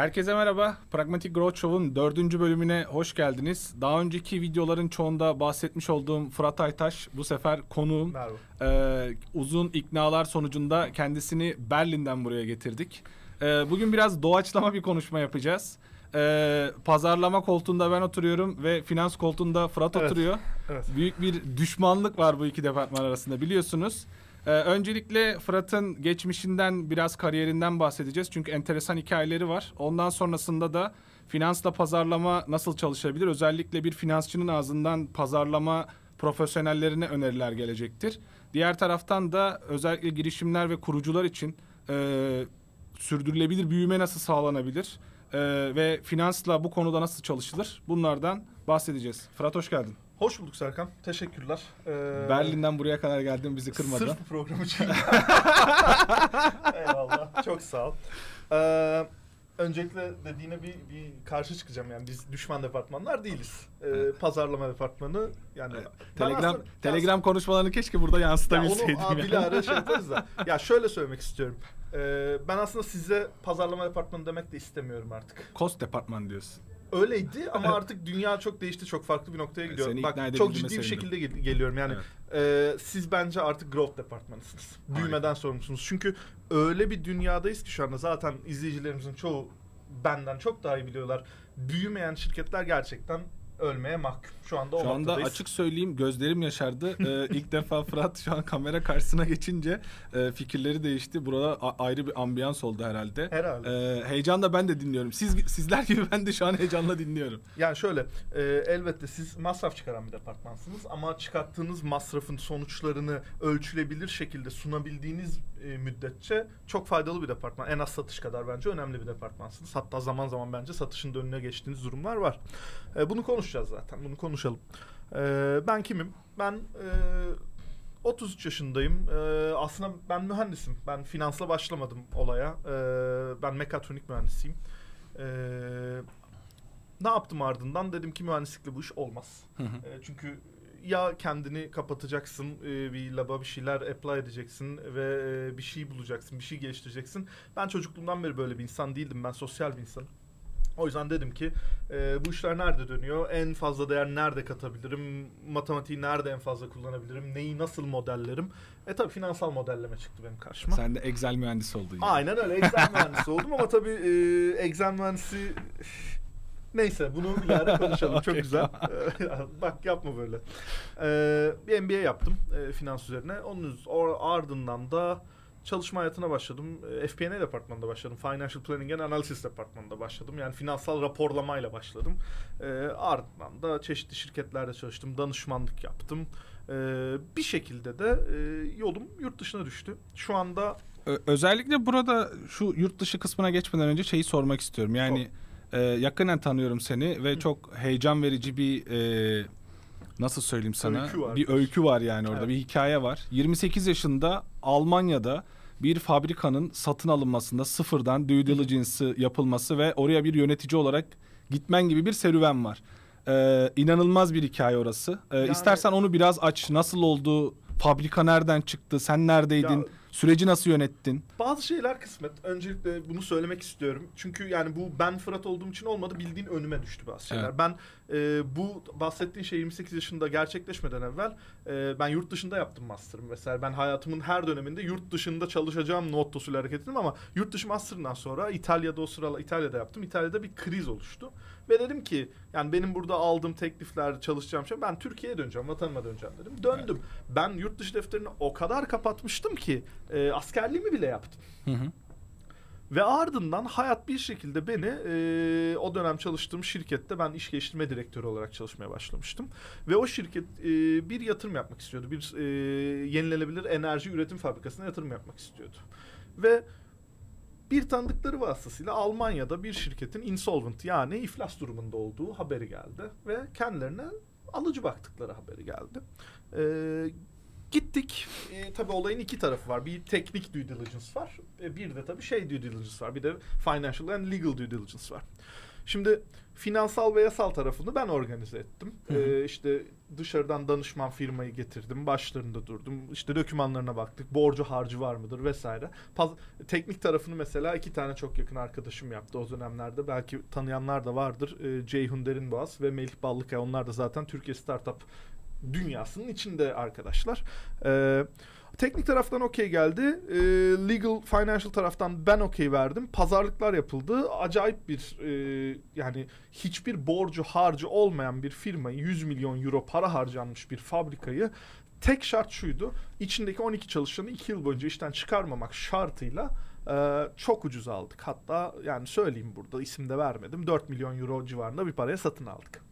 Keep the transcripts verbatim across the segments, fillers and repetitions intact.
Herkese merhaba. Pragmatic Growth Show'un dördüncü bölümüne hoş geldiniz. Daha önceki videoların çoğunda bahsetmiş olduğum Fırat Aytaş bu sefer konuğum. Ee, uzun iknalar sonucunda kendisini Berlin'den buraya getirdik. Ee, bugün biraz doğaçlama bir konuşma yapacağız. Ee, pazarlama koltuğunda ben oturuyorum ve finans koltuğunda Fırat evet, oturuyor. Evet. Büyük bir düşmanlık var bu iki departman arasında, biliyorsunuz. Ee, öncelikle Fırat'ın geçmişinden, biraz kariyerinden bahsedeceğiz. Çünkü enteresan hikayeleri var. Ondan sonrasında da finansla pazarlama nasıl çalışabilir? Özellikle bir finansçının ağzından pazarlama profesyonellerine öneriler gelecektir. Diğer taraftan da özellikle girişimler ve kurucular için e, sürdürülebilir büyüme nasıl sağlanabilir? E, ve finansla bu konuda nasıl çalışılır? Bunlardan bahsedeceğiz. Fırat, hoş geldin. Hoş bulduk Serkan. Teşekkürler. Ee, Berlin'den buraya kadar geldin, bizi kırmadan. Sırf bu programı için. Eyvallah. Çok sağ ol. Ee, öncelikle dediğine bir, bir karşı çıkacağım. Yani biz düşman departmanlar değiliz. Ee, pazarlama departmanı yani. Evet. Telegram aslında, Telegram ya, konuşmalarını keşke burada yansıtabilseydim. Ya onu yani. Bilahare şey yaparız da. Ya şöyle söylemek istiyorum. Ee, ben aslında size pazarlama departmanı demek de istemiyorum artık. Cost departman diyorsun. Öyleydi ama artık dünya çok değişti, çok farklı bir noktaya gidiyor. Seni Bak çok ciddi bir şekilde gel- geliyorum yani. Evet. E, siz bence artık growth departmanısınız. Büyümeden Aynen. sorumlusunuz. Çünkü öyle bir dünyadayız ki şu anda zaten izleyicilerimizin çoğu benden çok daha iyi biliyorlar. Büyümeyen şirketler gerçekten ölmeye mahkum. Şu anda o Şu anda açık söyleyeyim, gözlerim yaşardı. ee, ilk defa Fırat şu an kamera karşısına geçince e, fikirleri değişti. Burada a- ayrı bir ambiyans oldu herhalde. Herhalde. Ee, heyecanla ben de dinliyorum. Siz sizler gibi ben de şu an heyecanla dinliyorum. Yani şöyle, e, elbette siz masraf çıkaran bir departmansınız ama çıkarttığınız masrafın sonuçlarını ölçülebilir şekilde sunabildiğiniz e, müddetçe çok faydalı bir departman. En az satış kadar bence önemli bir departmansınız. Hatta zaman zaman bence satışın da önüne geçtiğiniz durumlar var. E, bunu konuşacağız zaten. Bunu konuşalım. Ee, ben kimim? Ben e, otuz üç yaşındayım. Ee, aslında ben mühendisim. Ben finansla başlamadım olaya. Ee, ben mekatronik mühendisiyim. Ee, ne yaptım ardından? Dedim ki mühendislikle bu iş olmaz. Hı hı. Ee, çünkü ya kendini kapatacaksın, e, bir laba bir şeyler apply edeceksin ve e, bir şey bulacaksın, bir şey geliştireceksin. Ben çocukluğumdan beri böyle bir insan değildim. Ben sosyal bir insanım. O yüzden dedim ki e, bu işler nerede dönüyor? En fazla değer nerede katabilirim? Matematiği nerede en fazla kullanabilirim? Neyi nasıl modellerim? E tabii finansal modelleme çıktı benim karşıma. Sen de Excel mühendisi oldun. Yani. Aynen öyle. Excel mühendisi oldum ama tabii e, Excel mühendisi... Neyse bunu ileride konuşalım. Okay, Çok güzel. Bak yapma böyle. Ee, bir M B A yaptım e, finans üzerine. Onun ardından da çalışma hayatına başladım. F P and A departmanında başladım. Financial Planning and Analysis departmanında başladım. Yani finansal raporlamayla başladım. E, ardından da çeşitli şirketlerde çalıştım. Danışmanlık yaptım. E, bir şekilde de e, yolum yurt dışına düştü. Şu anda... Ö- özellikle burada şu yurt dışı kısmına geçmeden önce şeyi sormak istiyorum. Yani e, yakinen tanıyorum seni ve Hı. çok heyecan verici bir... E, nasıl söyleyeyim sana? Öykü var. Bir öykü var yani orada. Evet. Bir hikaye var. yirmi sekiz yaşında Almanya'da bir fabrikanın satın alınmasında sıfırdan due diligence'ı yapılması ve oraya bir yönetici olarak gitmen gibi bir serüven var. Ee, inanılmaz bir hikaye orası. Ee, yani, istersen onu biraz aç. Nasıl oldu? Fabrika nereden çıktı? Sen neredeydin? Ya, süreci nasıl yönettin? Bazı şeyler kısmet. Öncelikle bunu söylemek istiyorum. Çünkü yani bu ben Fırat olduğum için olmadı. Bildiğin önüme düştü bazı şeyler. Evet. Ben e, bu bahsettiğin şey yirmi sekiz yaşında gerçekleşmeden evvel e, ben yurt dışında yaptım master'ım vesaire. Ben hayatımın her döneminde yurt dışında çalışacağım nottosuyla hareket ettim ama yurt dışı master'ından sonra İtalya'da o sıralar İtalya'da yaptım. İtalya'da bir kriz oluştu. Ve dedim ki yani benim burada aldığım teklifler, çalışacağım şey, ben Türkiye'ye döneceğim, vatanıma döneceğim dedim. Döndüm. Evet. Ben yurt dışı defterini o kadar kapatmıştım ki e, askerliğimi bile yaptım. Hı hı. Ve ardından hayat bir şekilde beni e, o dönem çalıştığım şirkette ben iş geliştirme direktörü olarak çalışmaya başlamıştım. Ve o şirket e, bir yatırım yapmak istiyordu. Bir e, yenilenebilir enerji üretim fabrikasına yatırım yapmak istiyordu. Ve bir tanıdıkları vasıtasıyla Almanya'da bir şirketin insolvent yani iflas durumunda olduğu haberi geldi. Ve kendilerine alıcı baktıkları haberi geldi. Eee Gittik. E, tabii olayın iki tarafı var. Bir teknik due diligence var. E, bir de tabii şey due diligence var. Bir de financial and legal due diligence var. Şimdi finansal ve yasal tarafını ben organize ettim. Ee, işte dışarıdan danışman firmayı getirdim. Başlarında durdum. İşte dokümanlarına baktık. Borcu harcı var mıdır vesaire. Paz- teknik tarafını mesela iki tane çok yakın arkadaşım yaptı o dönemlerde. Belki tanıyanlar da vardır. Ee, Ceyhun Derinboğaz ve Melih Ballıkaya. Onlar da zaten Türkiye Startup dünyasının içinde arkadaşlar. Ee, teknik taraftan okey geldi. Ee, legal, financial taraftan ben okey verdim. Pazarlıklar yapıldı. Acayip bir e, yani hiçbir borcu harcı olmayan bir firmayı, yüz milyon euro para harcanmış bir fabrikayı tek şart şuydu. İçindeki on iki çalışanı iki yıl boyunca işten çıkarmamak şartıyla e, çok ucuz aldık. Hatta yani söyleyeyim burada, isim de vermedim. dört milyon euro civarında bir paraya satın aldık.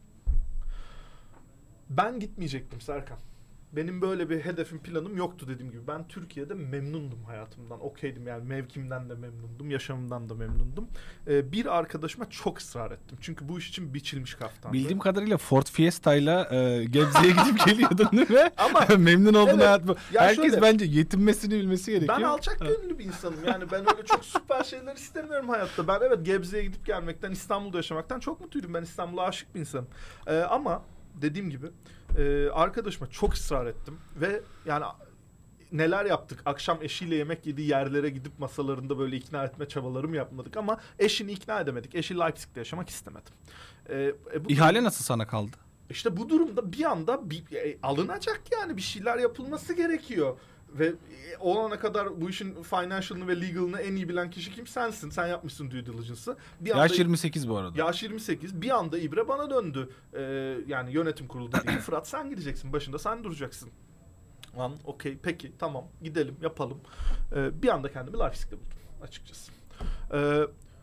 Ben gitmeyecektim Serkan. Benim böyle bir hedefim, planım yoktu dediğim gibi. Ben Türkiye'de memnundum hayatımdan. Okeydim yani, mevkimden de memnundum, yaşamımdan da memnundum. Ee, bir arkadaşıma çok ısrar ettim. Çünkü bu iş için biçilmiş kaftandı. Bildiğim kadarıyla Ford Fiesta'yla e, Gebze'ye gidip geliyordun değil mi? Ama memnun oldun evet, hayat bu. Herkes şöyle, bence yetinmesini bilmesi gerekiyor. Ben alçak gönüllü bir insanım. Yani ben öyle çok süper şeyler istemiyorum hayatta. Ben evet Gebze'ye gidip gelmekten, İstanbul'da yaşamaktan çok mutluydum. Ben İstanbul'a aşık bir insanım. Ee, ama dediğim gibi e, arkadaşıma çok ısrar ettim ve yani neler yaptık? Akşam eşiyle yemek yediği yerlere gidip masalarında böyle ikna etme çabalarım yapmadık ama eşini ikna edemedik. Eşi Leipzig'te yaşamak istemedim. E, e, bu İhale nasıl sana kaldı? İşte bu durumda bir anda bir, e, alınacak yani, bir şeyler yapılması gerekiyor. Ve e, o ana kadar bu işin financial'ını ve legal'ını en iyi bilen kişi kim? Sensin. Sen yapmışsın due diligence'ı. Bir anda, yaş yirmi sekiz bu arada. Yaş yirmi sekiz. Bir anda ibre bana döndü. Ee, yani yönetim kurulu dedi ki Fırat sen gideceksin. Başında sen duracaksın. Lan okey peki tamam gidelim yapalım. Ee, bir anda kendimi Leipzig'te buldum açıkçası. Ee,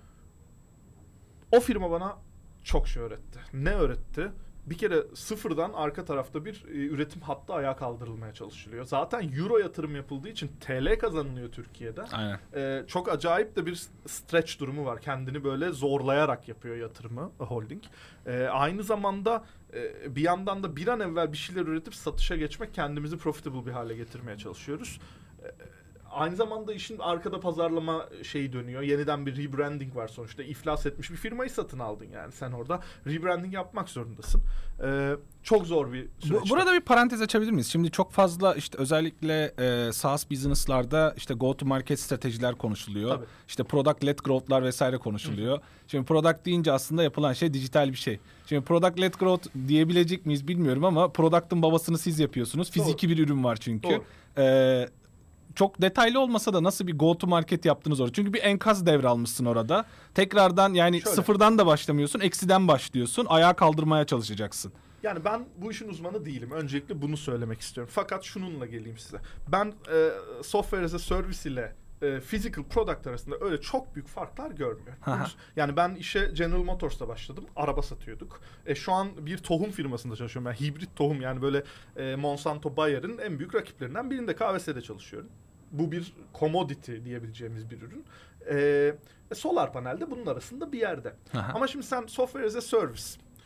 o firma bana çok şey öğretti. Ne öğretti? Bir kere sıfırdan arka tarafta bir e, üretim hattı ayağa kaldırılmaya çalışılıyor. Zaten euro yatırım yapıldığı için T L kazanılıyor Türkiye'de. Aynen. E, çok acayip de bir stretch durumu var. Kendini böyle zorlayarak yapıyor yatırımı holding. E, aynı zamanda e, bir yandan da bir an evvel bir şeyler üretip satışa geçmek, kendimizi profitable bir hale getirmeye çalışıyoruz. E, Aynı zamanda işin arkada pazarlama şeyi dönüyor. Yeniden bir rebranding var sonuçta. İflas etmiş bir firmayı satın aldın yani. Sen orada rebranding yapmak zorundasın. Ee, çok zor bir süreç. Bu, burada bir parantez açabilir miyiz? Şimdi çok fazla işte özellikle e, SaaS business'larda işte go to market stratejiler konuşuluyor. Tabii. İşte product led growth'lar vesaire konuşuluyor. Hı. Şimdi product deyince aslında yapılan şey dijital bir şey. Şimdi product led growth diyebilecek miyiz bilmiyorum ama product'ın babasını siz yapıyorsunuz. Fiziki Doğru. bir ürün var çünkü. Doğru. Ee, Çok detaylı olmasa da nasıl bir go to market yaptınız orada? Çünkü bir enkaz devralmışsın orada. Tekrardan yani Şöyle. sıfırdan da başlamıyorsun, eksiden başlıyorsun. Ayağa kaldırmaya çalışacaksın. Yani ben bu işin uzmanı değilim. Öncelikle bunu söylemek istiyorum. Fakat şununla geleyim size. Ben e, software as a service ile e, physical product arasında öyle çok büyük farklar görmüyorum. Yani ben işe General Motors'ta başladım. Araba satıyorduk. E, şu an bir tohum firmasında çalışıyorum. Yani hibrit tohum, yani böyle e, Monsanto Bayer'in en büyük rakiplerinden birinde, K V S'de çalışıyorum. Bu bir commodity diyebileceğimiz bir ürün. Ee, solar panel de bunun arasında bir yerde. Aha. Ama şimdi sen software as a service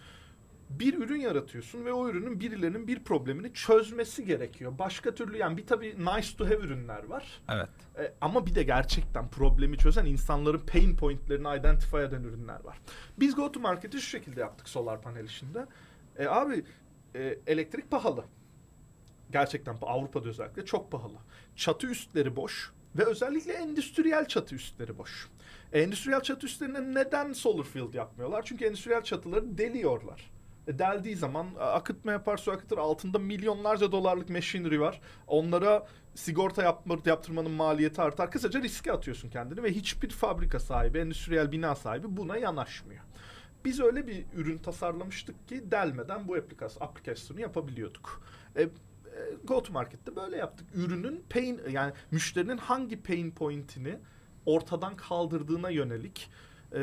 bir ürün yaratıyorsun ve o ürünün birilerinin bir problemini çözmesi gerekiyor. Başka türlü yani bir tabii nice to have ürünler var. Evet. Ee, ama bir de gerçekten problemi çözen, insanların pain pointlerini identify eden ürünler var. Biz go to market'i şu şekilde yaptık solar panel işinde. Ee, abi e, elektrik pahalı. Gerçekten Avrupa'da özellikle çok pahalı. Çatı üstleri boş ve özellikle endüstriyel çatı üstleri boş. Endüstriyel çatı üstlerine neden solar field yapmıyorlar? Çünkü endüstriyel çatıları deliyorlar. E, deldiği zaman akıtma yapar, su akıtır. Altında milyonlarca dolarlık machinery var. Onlara sigorta yapma, yaptırmanın maliyeti artar. Kısaca riske atıyorsun kendini ve hiçbir fabrika sahibi, endüstriyel bina sahibi buna yanaşmıyor. Biz öyle bir ürün tasarlamıştık ki delmeden bu aplikasyon, aplikasyonu yapabiliyorduk. E, Go to market'te böyle yaptık. Ürünün pain, yani müşterinin hangi pain point'ini ortadan kaldırdığına yönelik e,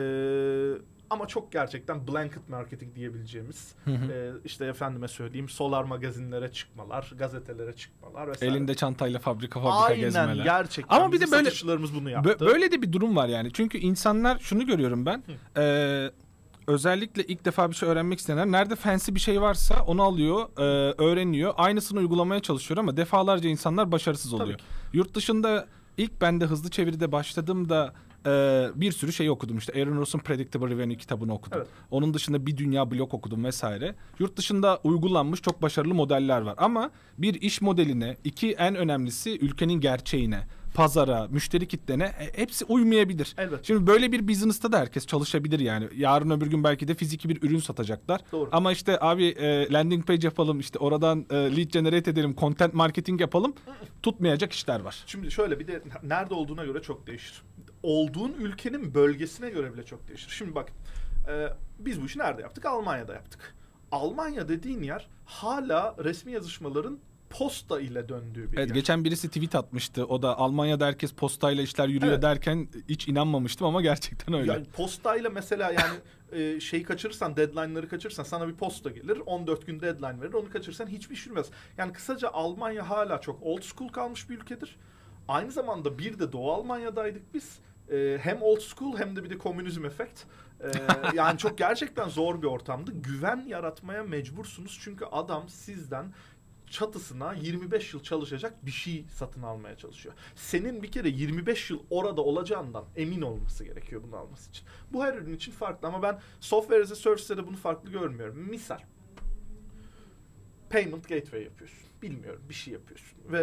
ama çok gerçekten blanket marketing diyebileceğimiz e, işte efendime söyleyeyim solar magazinlere çıkmalar, gazetelere çıkmalar vesaire. Elinde çantayla fabrika fabrika Aynen, gezmeler. Aynen gerçekten. Ama bir de böyle satışçılarımız bunu yaptı. Böyle de bir durum var yani. Çünkü insanlar şunu görüyorum ben. Eee Özellikle ilk defa bir şey öğrenmek isteyenler nerede fancy bir şey varsa onu alıyor, e, öğreniyor. Aynısını uygulamaya çalışıyor ama defalarca insanlar başarısız oluyor. Yurt dışında ilk ben de hızlı çeviride başladığımda Ee, bir sürü şey okudum. İşte Aaron Ross'un Predictable Revenue kitabını okudum. Evet. Onun dışında bir dünya blog okudum vesaire. Yurt dışında uygulanmış çok başarılı modeller var. Ama bir iş modeline, iki en önemlisi ülkenin gerçeğine, pazara, müşteri kitlene e, hepsi uymayabilir. Elbette. Şimdi böyle bir business'ta da herkes çalışabilir yani. Yarın öbür gün belki de fiziki bir ürün satacaklar. Doğru. Ama işte abi e, landing page yapalım, işte oradan e, lead generate edelim, content marketing yapalım. Tutmayacak işler var. Şimdi şöyle, bir de nerede olduğuna göre çok değişir. Olduğun ülkenin bölgesine göre bile çok değişir. Şimdi bak, e, biz bu işi nerede yaptık? Almanya'da yaptık. Almanya dediğin yer hala resmi yazışmaların posta ile döndüğü bir Evet, yer. geçen birisi tweet atmıştı. O da Almanya'da herkes postayla işler yürüyor Evet. derken hiç inanmamıştım ama gerçekten öyle. Yani postayla mesela yani e, şeyi kaçırırsan, deadline'ları kaçırırsan sana bir posta gelir. on dört gün deadline verir. Onu kaçırırsan hiçbir iş yürümez. Yani kısaca Almanya hala çok old school kalmış bir ülkedir. Aynı zamanda bir de Doğu Almanya'daydık biz. E, hem old school hem de bir de komünizm efekt. E, yani çok gerçekten zor bir ortamdı. Güven yaratmaya mecbursunuz. Çünkü adam sizden çatısına yirmi beş yıl çalışacak bir şey satın almaya çalışıyor. Senin bir kere yirmi beş yıl orada olacağından emin olması gerekiyor bunu alması için. Bu her ürün için farklı ama ben software as a service'de de bunu farklı görmüyorum. Misal, payment gateway yapıyorsun. Bilmiyorum, bir şey yapıyorsun. Ve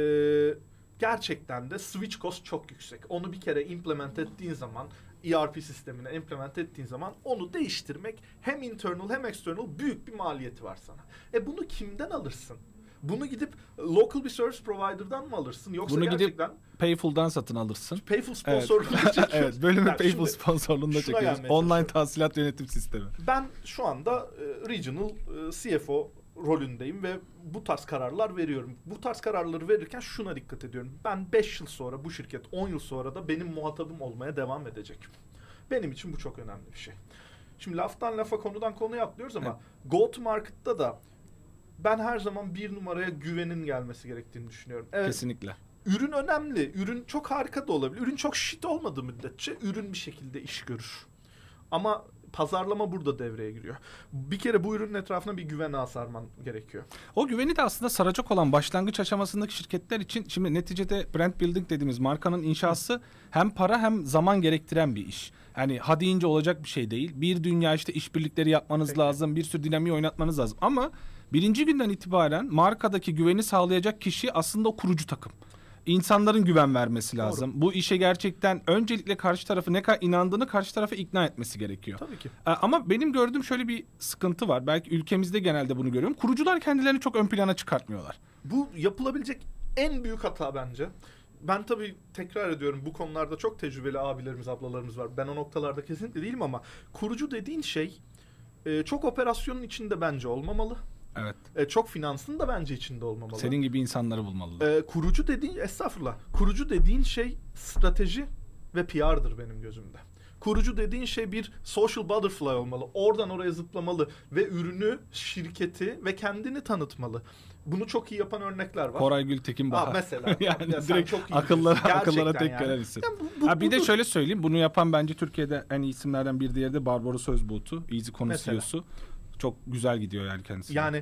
ee, gerçekten de switch cost çok yüksek. Onu bir kere implement ettiğin zaman, E R P sistemine implement ettiğin zaman onu değiştirmek hem internal hem external büyük bir maliyeti var sana. E bunu kimden alırsın? Bunu gidip local bir service provider'dan mı alırsın? Yoksa Bunu gerçekten gidip Payful'dan satın alırsın. Payful sponsorluğunda Evet. çekiyorsun. Evet, bölümü Yani Payful şimdi sponsorluğunda şuna çekiyoruz. gelmeye Online çalışıyorum. tahsilat yönetim sistemi. Ben şu anda e, regional e, C F O rolündeyim ve bu tarz kararlar veriyorum. Bu tarz kararları verirken şuna dikkat ediyorum. Ben beş yıl sonra bu şirket, on yıl sonra da benim muhatabım olmaya devam edecek. Benim için bu çok önemli bir şey. Şimdi laftan lafa, konudan konuya atlıyoruz ama evet. Go to market'ta da ben her zaman bir numaraya güvenin gelmesi gerektiğini düşünüyorum. Evet, kesinlikle. Ürün önemli. Ürün çok harika da olabilir. Ürün çok shit olmadığı müddetçe ürün bir şekilde iş görür. Ama pazarlama burada devreye giriyor. Bir kere bu ürünün etrafına bir güven ağı sarman gerekiyor. O güveni de aslında saracak olan başlangıç aşamasındaki şirketler için şimdi neticede brand building dediğimiz markanın inşası hem para hem zaman gerektiren bir iş. Yani ha deyince olacak bir şey değil. Bir dünya işte işbirlikleri yapmanız Peki. lazım. Bir sürü dinamiği oynatmanız lazım. Ama birinci günden itibaren markadaki güveni sağlayacak kişi aslında o kurucu takım. İnsanların güven vermesi lazım. Doğru. Bu işe gerçekten öncelikle karşı tarafı ne kadar inandığını karşı tarafa ikna etmesi gerekiyor. Tabii ki. Ama benim gördüğüm şöyle bir sıkıntı var. Belki ülkemizde genelde bunu görüyorum. Kurucular kendilerini çok ön plana çıkartmıyorlar. Bu yapılabilecek en büyük hata bence. Ben tabii tekrar ediyorum, bu konularda çok tecrübeli abilerimiz, ablalarımız var. Ben o noktalarda kesinlikle değilim ama kurucu dediğin şey çok operasyonun içinde bence olmamalı. Evet. E, çok finansın da bence içinde olmamalı. Senin gibi insanları bulmalılar. E, kurucu dediğin, estağfurullah. Kurucu dediğin şey strateji ve P R'dır benim gözümde. Kurucu dediğin şey bir social butterfly olmalı. Oradan oraya zıplamalı ve ürünü, şirketi ve kendini tanıtmalı. Bunu çok iyi yapan örnekler var. Koray Gültekin Bahar. Aa, mesela. yani ya direkt çok iyi akıllara, akıllara tek yani. gelen isim. Yani bu, bu, ha, bir budur. de şöyle söyleyeyim. Bunu yapan bence Türkiye'de en iyi isimlerden bir diğeri de Barbaros Özbuğut'u. Easy Konu C E O'su. Çok güzel gidiyor yani kendisi. Yani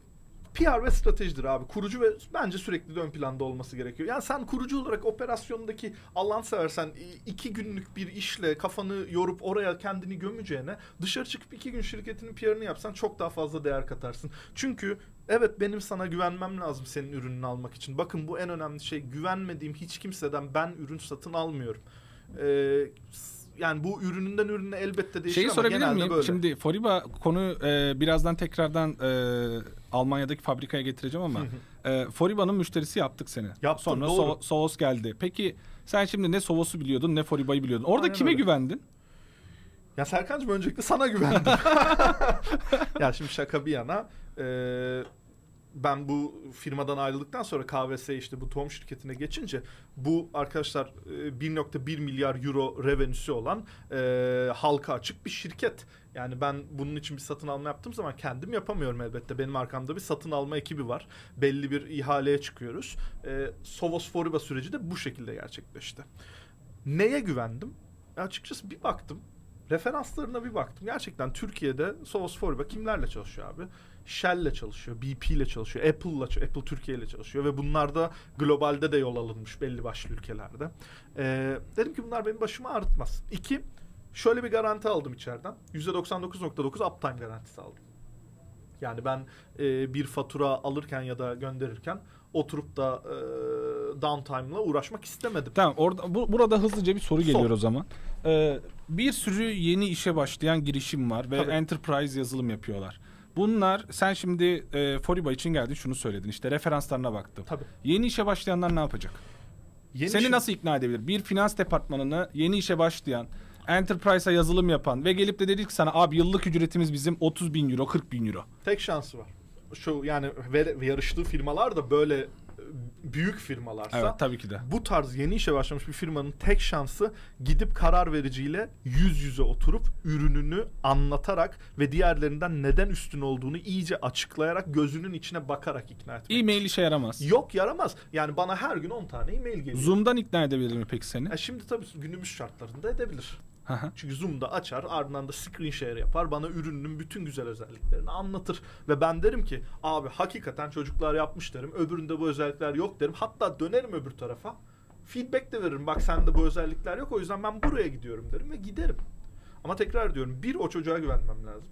P R ve stratejidir abi. Kurucu ve bence sürekli de ön planda olması gerekiyor. Yani sen kurucu olarak operasyondaki, Allah'ını seversen iki günlük bir işle kafanı yorup oraya kendini gömeceğine dışarı çıkıp iki gün şirketinin P R'ını yapsan çok daha fazla değer katarsın. Çünkü evet, benim sana güvenmem lazım senin ürününü almak için. Bakın, bu en önemli şey. Güvenmediğim hiç kimseden ben ürün satın almıyorum. Eee Yani bu ürününden ürüne elbette değişir Şeyi ama sorabilir genelde miyim? böyle. Şimdi Foriba konu e, birazdan tekrardan e, Almanya'daki fabrikaya getireceğim ama e, Foriba'nın müşterisi yaptık seni. Yaptım, Sonra doğru. So- Sovos geldi. Peki sen şimdi ne Sovos'u biliyordun ne Foriba'yı biliyordun. Orada Aynen kime öyle. güvendin? Ya Serkan'cığım, öncelikle sana güvendim. Ya şimdi şaka bir yana, e, ben bu firmadan ayrıldıktan sonra K V S, işte bu tohum şirketine geçince, bu arkadaşlar e, bir nokta bir milyar euro revenüsü olan e, halka açık bir şirket. Yani ben bunun için bir satın alma yaptığım zaman kendim yapamıyorum elbette. Benim arkamda bir satın alma ekibi var. Belli bir ihaleye çıkıyoruz. E, Sovos Foriba süreci de bu şekilde gerçekleşti. Neye güvendim? Açıkçası bir baktım. Referanslarına bir baktım. Gerçekten Türkiye'de Sovos Foriba kimlerle çalışıyor abi? Shell'le çalışıyor, B P'le çalışıyor, Apple'la, Apple Türkiye ile çalışıyor ve bunlar da globalde de yol alınmış belli başlı ülkelerde. Ee, dedim ki bunlar benim başımı ağrıtmaz. İki, şöyle bir garanti aldım içeriden. yüzde doksan dokuz nokta dokuz uptime garantisi aldım. Yani ben e, bir fatura alırken ya da gönderirken oturup da e, downtime'la uğraşmak istemedim. Tamam, orada bu, burada hızlıca bir soru geliyor Sor. o zaman. Ee, bir sürü yeni işe başlayan girişim var ve Tabii. enterprise yazılım yapıyorlar. Bunlar, sen şimdi e, Foriba için geldin, şunu söyledin, işte referanslarına baktım. Tabii. Yeni işe başlayanlar ne yapacak? Yeni Seni şey- nasıl ikna edebilir? Bir finans departmanını yeni işe başlayan, enterprise'a yazılım yapan ve gelip de dedik sana abi yıllık ücretimiz bizim otuz bin euro, kırk bin euro. Tek şansı var. Şu yani ve, ve yarıştığı firmalar da böyle e, büyük firmalarsa, Evet, tabii ki de. bu tarz yeni işe başlamış bir firmanın tek şansı gidip karar vericiyle yüz yüze oturup ürününü anlatarak ve diğerlerinden neden üstün olduğunu iyice açıklayarak, gözünün içine bakarak ikna etmek. E-mail işe yaramaz. Yok, yaramaz. Yani bana her gün on tane e-mail geliyor. Zoom'dan ikna edebilir mi peki seni? E şimdi tabii günümüz şartlarında edebilir. Hı hı. Çünkü Zoom'da açar, ardından da screen share yapar, bana ürünün bütün güzel özelliklerini anlatır. Ve ben derim ki abi hakikaten çocuklar yapmış derim, öbüründe bu özellikler yok derim. Hatta dönerim öbür tarafa, feedback de veririm, bak sende bu özellikler yok, o yüzden ben buraya gidiyorum derim ve giderim. Ama tekrar diyorum, bir, o çocuğa güvenmem lazım.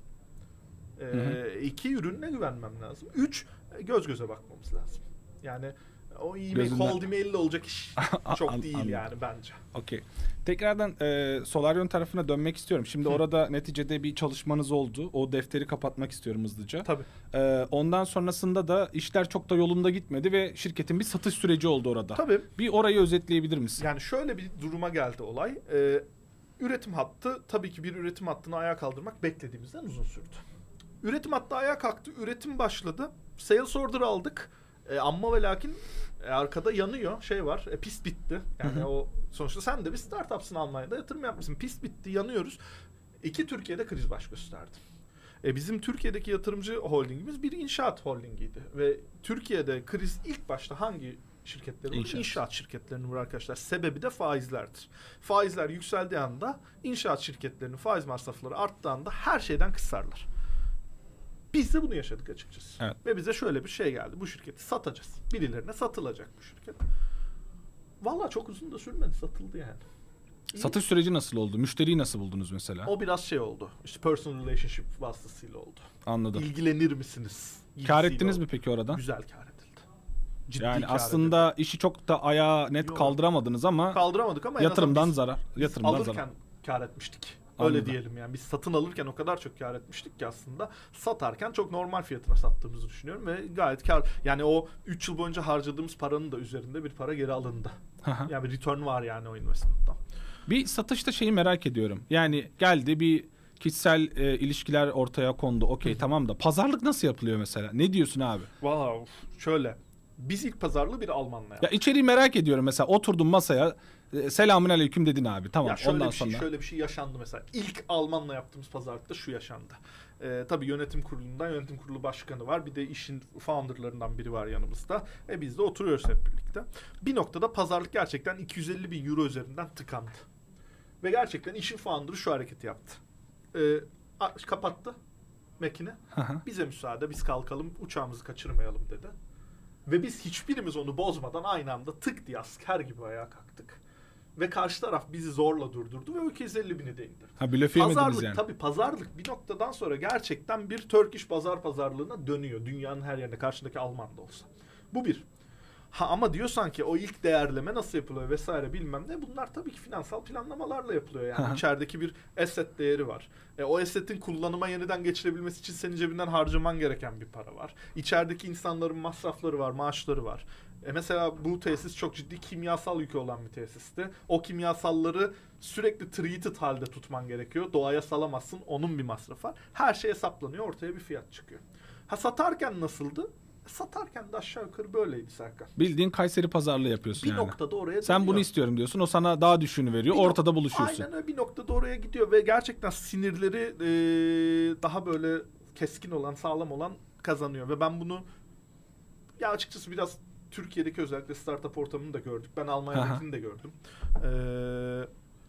Ee, Hı hı. iki, ürününe güvenmem lazım. Üç, göz göze bakmamız lazım. Yani o e-mail, Gözünden- cold email ile olacak iş çok An- değil anladım. yani bence. Okey. Tekrardan e, Solarion tarafına dönmek istiyorum. Şimdi Hı. orada neticede bir çalışmanız oldu. O defteri kapatmak istiyorum hızlıca. Tabii. E, ondan sonrasında da işler çok da yolunda gitmedi ve şirketin bir satış süreci oldu orada. Tabii. Bir orayı özetleyebilir misin? Yani şöyle bir duruma geldi olay. Ee, üretim hattı, tabii ki bir üretim hattını ayağa kaldırmak beklediğimizden uzun sürdü. Üretim hattı ayağa kalktı, üretim başladı. Sales order aldık. Ee, amma ve lakin e, arkada yanıyor, şey var, e, pist bitti. Yani Hı hı. o sonuçta sen de bir startupsın, Almanya'da yatırım yapmışsın. Pist bitti, yanıyoruz. İki, Türkiye'de kriz baş gösterdi. E, bizim Türkiye'deki yatırımcı holdingimiz bir inşaat holdingiydi. Ve Türkiye'de kriz ilk başta hangi şirketleri vurur? İnşaat. İnşaat şirketlerini vurur arkadaşlar. Sebebi de faizlerdir. Faizler yükseldiği anda inşaat şirketlerinin faiz masrafları arttığı anda her şeyden kısarlar. Biz de bunu yaşadık açıkçası. Evet. Ve bize şöyle bir şey geldi. Bu şirketi satacağız. Birilerine satılacak bu şirket. Vallahi çok uzun da sürmedi. Satıldı yani. İyi. Satış süreci nasıl oldu? Müşteriyi nasıl buldunuz mesela? O biraz şey oldu. İşte personal relationship vasıtasıyla oldu. Anladım. İlgilenir misiniz? Kar İlgisiyle ettiniz oldu. mi peki oradan? Güzel kar edildi. Ciddi Yani kar aslında edildi. işi çok da ayağa net Yok. kaldıramadınız ama Kaldıramadık ama en yatırımdan azından biz, zarar. biz Yatırımdan alırken zarar. kar etmiştik. Anladım. Öyle diyelim yani. Biz satın alırken o kadar çok kar etmiştik ki aslında satarken çok normal fiyatına sattığımızı düşünüyorum ve gayet kar. Yani o üç yıl boyunca harcadığımız paranın da üzerinde bir para geri alındı. Hı hı. Yani bir return var yani o investment'tan. Bir satışta şeyi merak ediyorum. Yani geldi bir kişisel e, ilişkiler ortaya kondu. Okey, tamam da pazarlık nasıl yapılıyor mesela? Ne diyorsun abi? Wow, şöyle. Biz ilk pazarlığı bir Almanla yaptık. Ya içeriği merak ediyorum mesela. Oturdun masaya, e, selamün aleyküm dedin abi. Tamam, Ya şöyle ondan bir şey, sonra. şöyle bir şey yaşandı mesela. İlk Almanla yaptığımız pazarlıkta şu yaşandı. Ee, tabii yönetim kurulundan yönetim kurulu başkanı var. Bir de işin founderlarından biri var yanımızda. E biz de oturuyoruz hep birlikte. Bir noktada pazarlık gerçekten iki yüz elli bin euro üzerinden tıkandı. Ve gerçekten işin founder'ı şu hareketi yaptı. Ee, a- kapattı makine. Hı hı. Bize müsaade, biz kalkalım, uçağımızı kaçırmayalım dedi. Ve biz hiçbirimiz onu bozmadan aynı anda tık diye asker gibi ayağa kalktık. Ve karşı taraf bizi zorla durdurdu ve o iki yüz elli bini de indirdi. Ha, blöf yemediniz Pazarlık, yani. tabii pazarlık bir noktadan sonra gerçekten bir Turkish pazar pazarlığına dönüyor. Dünyanın her yerinde, karşındaki Alman da olsa. Bu bir. Ha ama diyorsan ki o ilk değerleme nasıl yapılıyor vesaire bilmem ne, bunlar tabii ki finansal planlamalarla yapılıyor yani. Hı hı. İçerideki bir asset değeri var. E, o assetin kullanıma yeniden geçirebilmesi için senin cebinden harcaman gereken bir para var. İçerideki insanların masrafları var, maaşları var. E mesela bu tesis çok ciddi kimyasal yükü olan bir tesisti. O kimyasalları sürekli treated halde tutman gerekiyor. Doğaya salamazsın, onun bir masrafı var. Her şey hesaplanıyor, ortaya bir fiyat çıkıyor. Ha satarken nasıldı? Satarken de aşağı yukarı böyleydi Serkan. Bildiğin Kayseri pazarlığı yapıyorsun Bir yani. noktada oraya Sen bunu dönüyor. istiyorum diyorsun. O sana daha düşüğünü veriyor. Bir nok- Ortada buluşuyorsun. Aynen öyle, bir noktada oraya gidiyor ve gerçekten sinirleri e, daha böyle keskin olan, sağlam olan kazanıyor ve ben bunu ya açıkçası biraz Türkiye'deki özellikle startup ortamını da gördük. Ben Almanya'dakini de gördüm. Ee,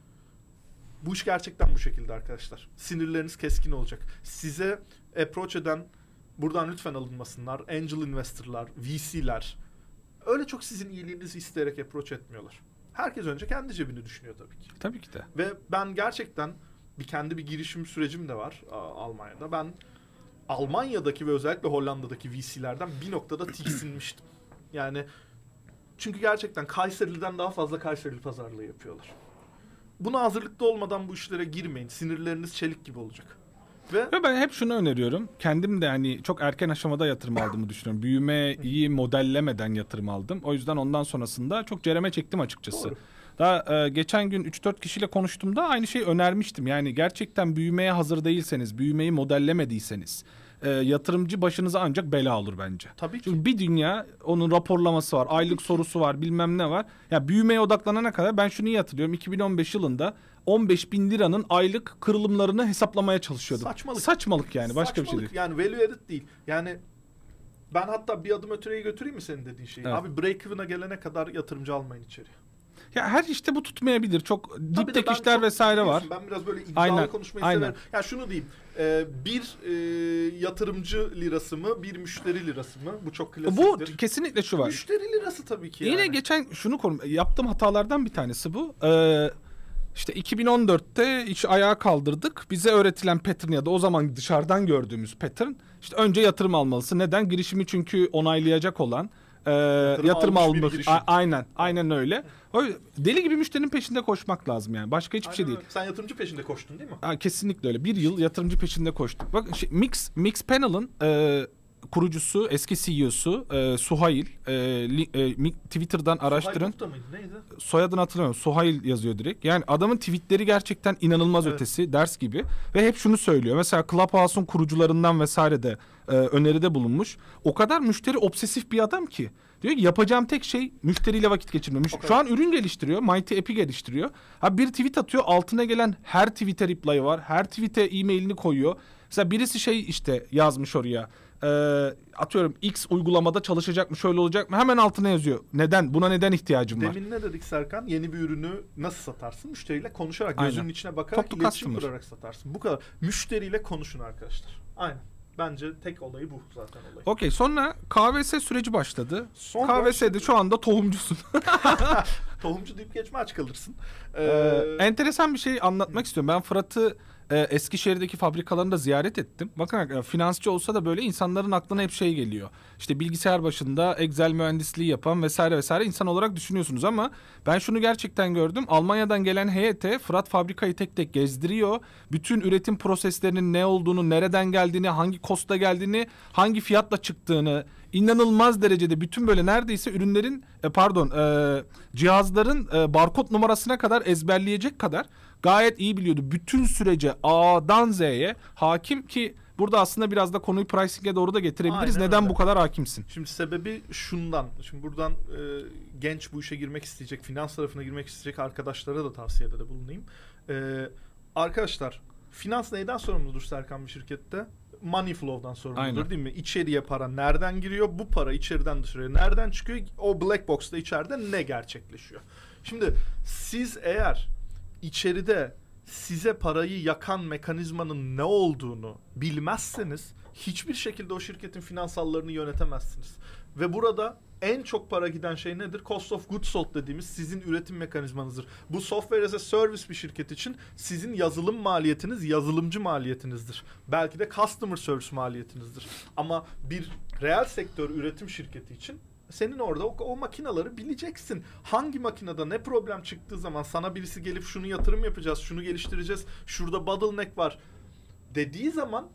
bu iş gerçekten bu şekilde arkadaşlar. Sinirleriniz keskin olacak. Size approach eden Buradan lütfen alınmasınlar. Angel investorlar, V C'ler öyle çok sizin iyiliğinizi isteyerek approach etmiyorlar. Herkes önce kendi cebini düşünüyor tabii ki. Tabii ki de. Ve ben gerçekten bir kendi bir girişim sürecim de var Almanya'da. Ben Almanya'daki ve özellikle Hollanda'daki V C'lerden bir noktada tiksinmiştim. Yani çünkü gerçekten Kayseri'den daha fazla Kayserili pazarlığı yapıyorlar. Buna hazırlıklı olmadan bu işlere girmeyin. Sinirleriniz çelik gibi olacak. Ve, ve ben hep şunu öneriyorum. Kendim de hani çok erken aşamada yatırım aldığımı düşünüyorum. Büyümeyi modellemeden yatırım aldım. O yüzden ondan sonrasında çok cereme çektim açıkçası. Doğru. Daha e, geçen gün üç dört kişiyle konuştuğumda aynı şeyi önermiştim. Yani gerçekten büyümeye hazır değilseniz, büyümeyi modellemediyseniz e, yatırımcı başınıza ancak bela olur bence. Tabii ki. Çünkü bir dünya onun raporlaması var, aylık sorusu var, bilmem ne var. Ya büyümeye odaklanana kadar ben şunu iyi hatırlıyorum. iki bin on beş yılında on beş bin liranın aylık kırılımlarını hesaplamaya çalışıyordum. Saçmalık. Saçmalık yani, başka Saçmalık. bir şey değil. Yani value added değil. Yani ben hatta bir adım öteye götüreyim mi senin dediğin şeyi? Evet. Abi break even'a gelene kadar yatırımcı almayın içeri. Ya her işte bu tutmayabilir. Çok diptek ben işler çok vesaire var. Ben biraz böyle iddialı Aynen, konuşmayı aynen. severim. Yani şunu diyeyim. E, bir e, yatırımcı lirası mı, bir müşteri lirası mı? Bu çok klasiktir. Bu kesinlikle şu var. Müşteri lirası tabii ki Yine yani. geçen şunu konu yaptığım hatalardan bir tanesi bu. Ee, işte iki bin on dörtte iş ayağa kaldırdık. Bize öğretilen pattern ya da o zaman dışarıdan gördüğümüz pattern, işte önce yatırım almalısın. Neden? Girişimi çünkü onaylayacak olan e, yatırım, yatırım almak. Aynen, aynen öyle. O, deli gibi müşterinin peşinde koşmak lazım yani. Başka hiçbir aynen şey değil. Sen yatırımcı peşinde koştun değil mi? Ha, kesinlikle öyle. Bir yıl yatırımcı peşinde koştuk. Bak şey, Mix Mixpanel'ın e, kurucusu, eski C E O'su e, Suhail. E, li, e, Twitter'dan araştırın. Suhail mıydı? Neydi? Soyadını hatırlamıyorum. Suhail yazıyor direkt. Yani adamın tweetleri gerçekten inanılmaz evet. ötesi, ders gibi. Ve hep şunu söylüyor. Mesela Clubhouse'un kurucularından vesaire de e, öneride bulunmuş. O kadar müşteri obsesif bir adam ki. Diyor ki yapacağım tek şey müşteriyle vakit geçirmemiş. Okay. Şu an ürün geliştiriyor. Mighty App'i geliştiriyor. Ha bir tweet atıyor. Altına gelen her tweet'e reply'ı var. Her tweet'e e-mailini koyuyor. Mesela birisi şey işte yazmış oraya. E, atıyorum X uygulamada çalışacak mı? Şöyle olacak mı? Hemen altına yazıyor. Neden? Buna neden ihtiyacım var? Demin ne dedik Serkan? Yeni bir ürünü nasıl satarsın? Müşteriyle konuşarak, gözünün Aynen. içine bakarak, Toplu iletişim customer. kurarak satarsın. Bu kadar. Müşteriyle konuşun arkadaşlar. Aynen. Bence tek olayı bu zaten olay. Okey, sonra K V S süreci başladı. Sonra K V S'de şu anda tohumcusun. Tohumcu deyip geçme, aç kalırsın. Ee, ee, enteresan bir şey anlatmak hı. istiyorum. Ben Fırat'ı e, Eskişehir'deki fabrikalarını da ziyaret ettim. Bakın e, finansçı olsa da böyle insanların aklına hep şey geliyor. İşte bilgisayar başında Excel mühendisliği yapan vesaire vesaire insan olarak düşünüyorsunuz ama ben şunu gerçekten gördüm. Almanya'dan gelen heyete Fırat fabrikayı tek tek gezdiriyor. Bütün üretim proseslerinin ne olduğunu, nereden geldiğini, hangi kosta geldiğini, hangi fiyatla çıktığını, inanılmaz derecede bütün böyle neredeyse ürünlerin e, pardon e, cihazların e, barkod numarasına kadar ezberleyecek kadar gayet iyi biliyordu. Bütün sürece A'dan Z'ye hakim ki burada aslında biraz da konuyu pricing'e doğru da getirebiliriz. Aynen Neden öyle. bu kadar hakimsin? Şimdi sebebi şundan. Şimdi buradan e, genç bu işe girmek isteyecek, finans tarafına girmek isteyecek arkadaşlara da tavsiyede de bulunayım. E, arkadaşlar, finans neyden sorumludur Serkan bir şirkette? Money flow'dan sorumludur. Aynen. Değil mi? İçeriye para nereden giriyor? Bu para içeriden dışarıya nereden çıkıyor? O black box'ta içeride ne gerçekleşiyor? Şimdi siz eğer içeride size parayı yakan mekanizmanın ne olduğunu bilmezseniz hiçbir şekilde o şirketin finansallarını yönetemezsiniz. Ve burada en çok para giden şey nedir? Cost of goods sold dediğimiz sizin üretim mekanizmanızdır. Bu software as a service bir şirket için sizin yazılım maliyetiniz yazılımcı maliyetinizdir. Belki de customer service maliyetinizdir. Ama bir reel sektör üretim şirketi için senin orada o, o makinaları bileceksin. Hangi makinede ne problem çıktığı zaman sana birisi gelip şunu yatırım yapacağız, şunu geliştireceğiz, şurada bottleneck var dediği zaman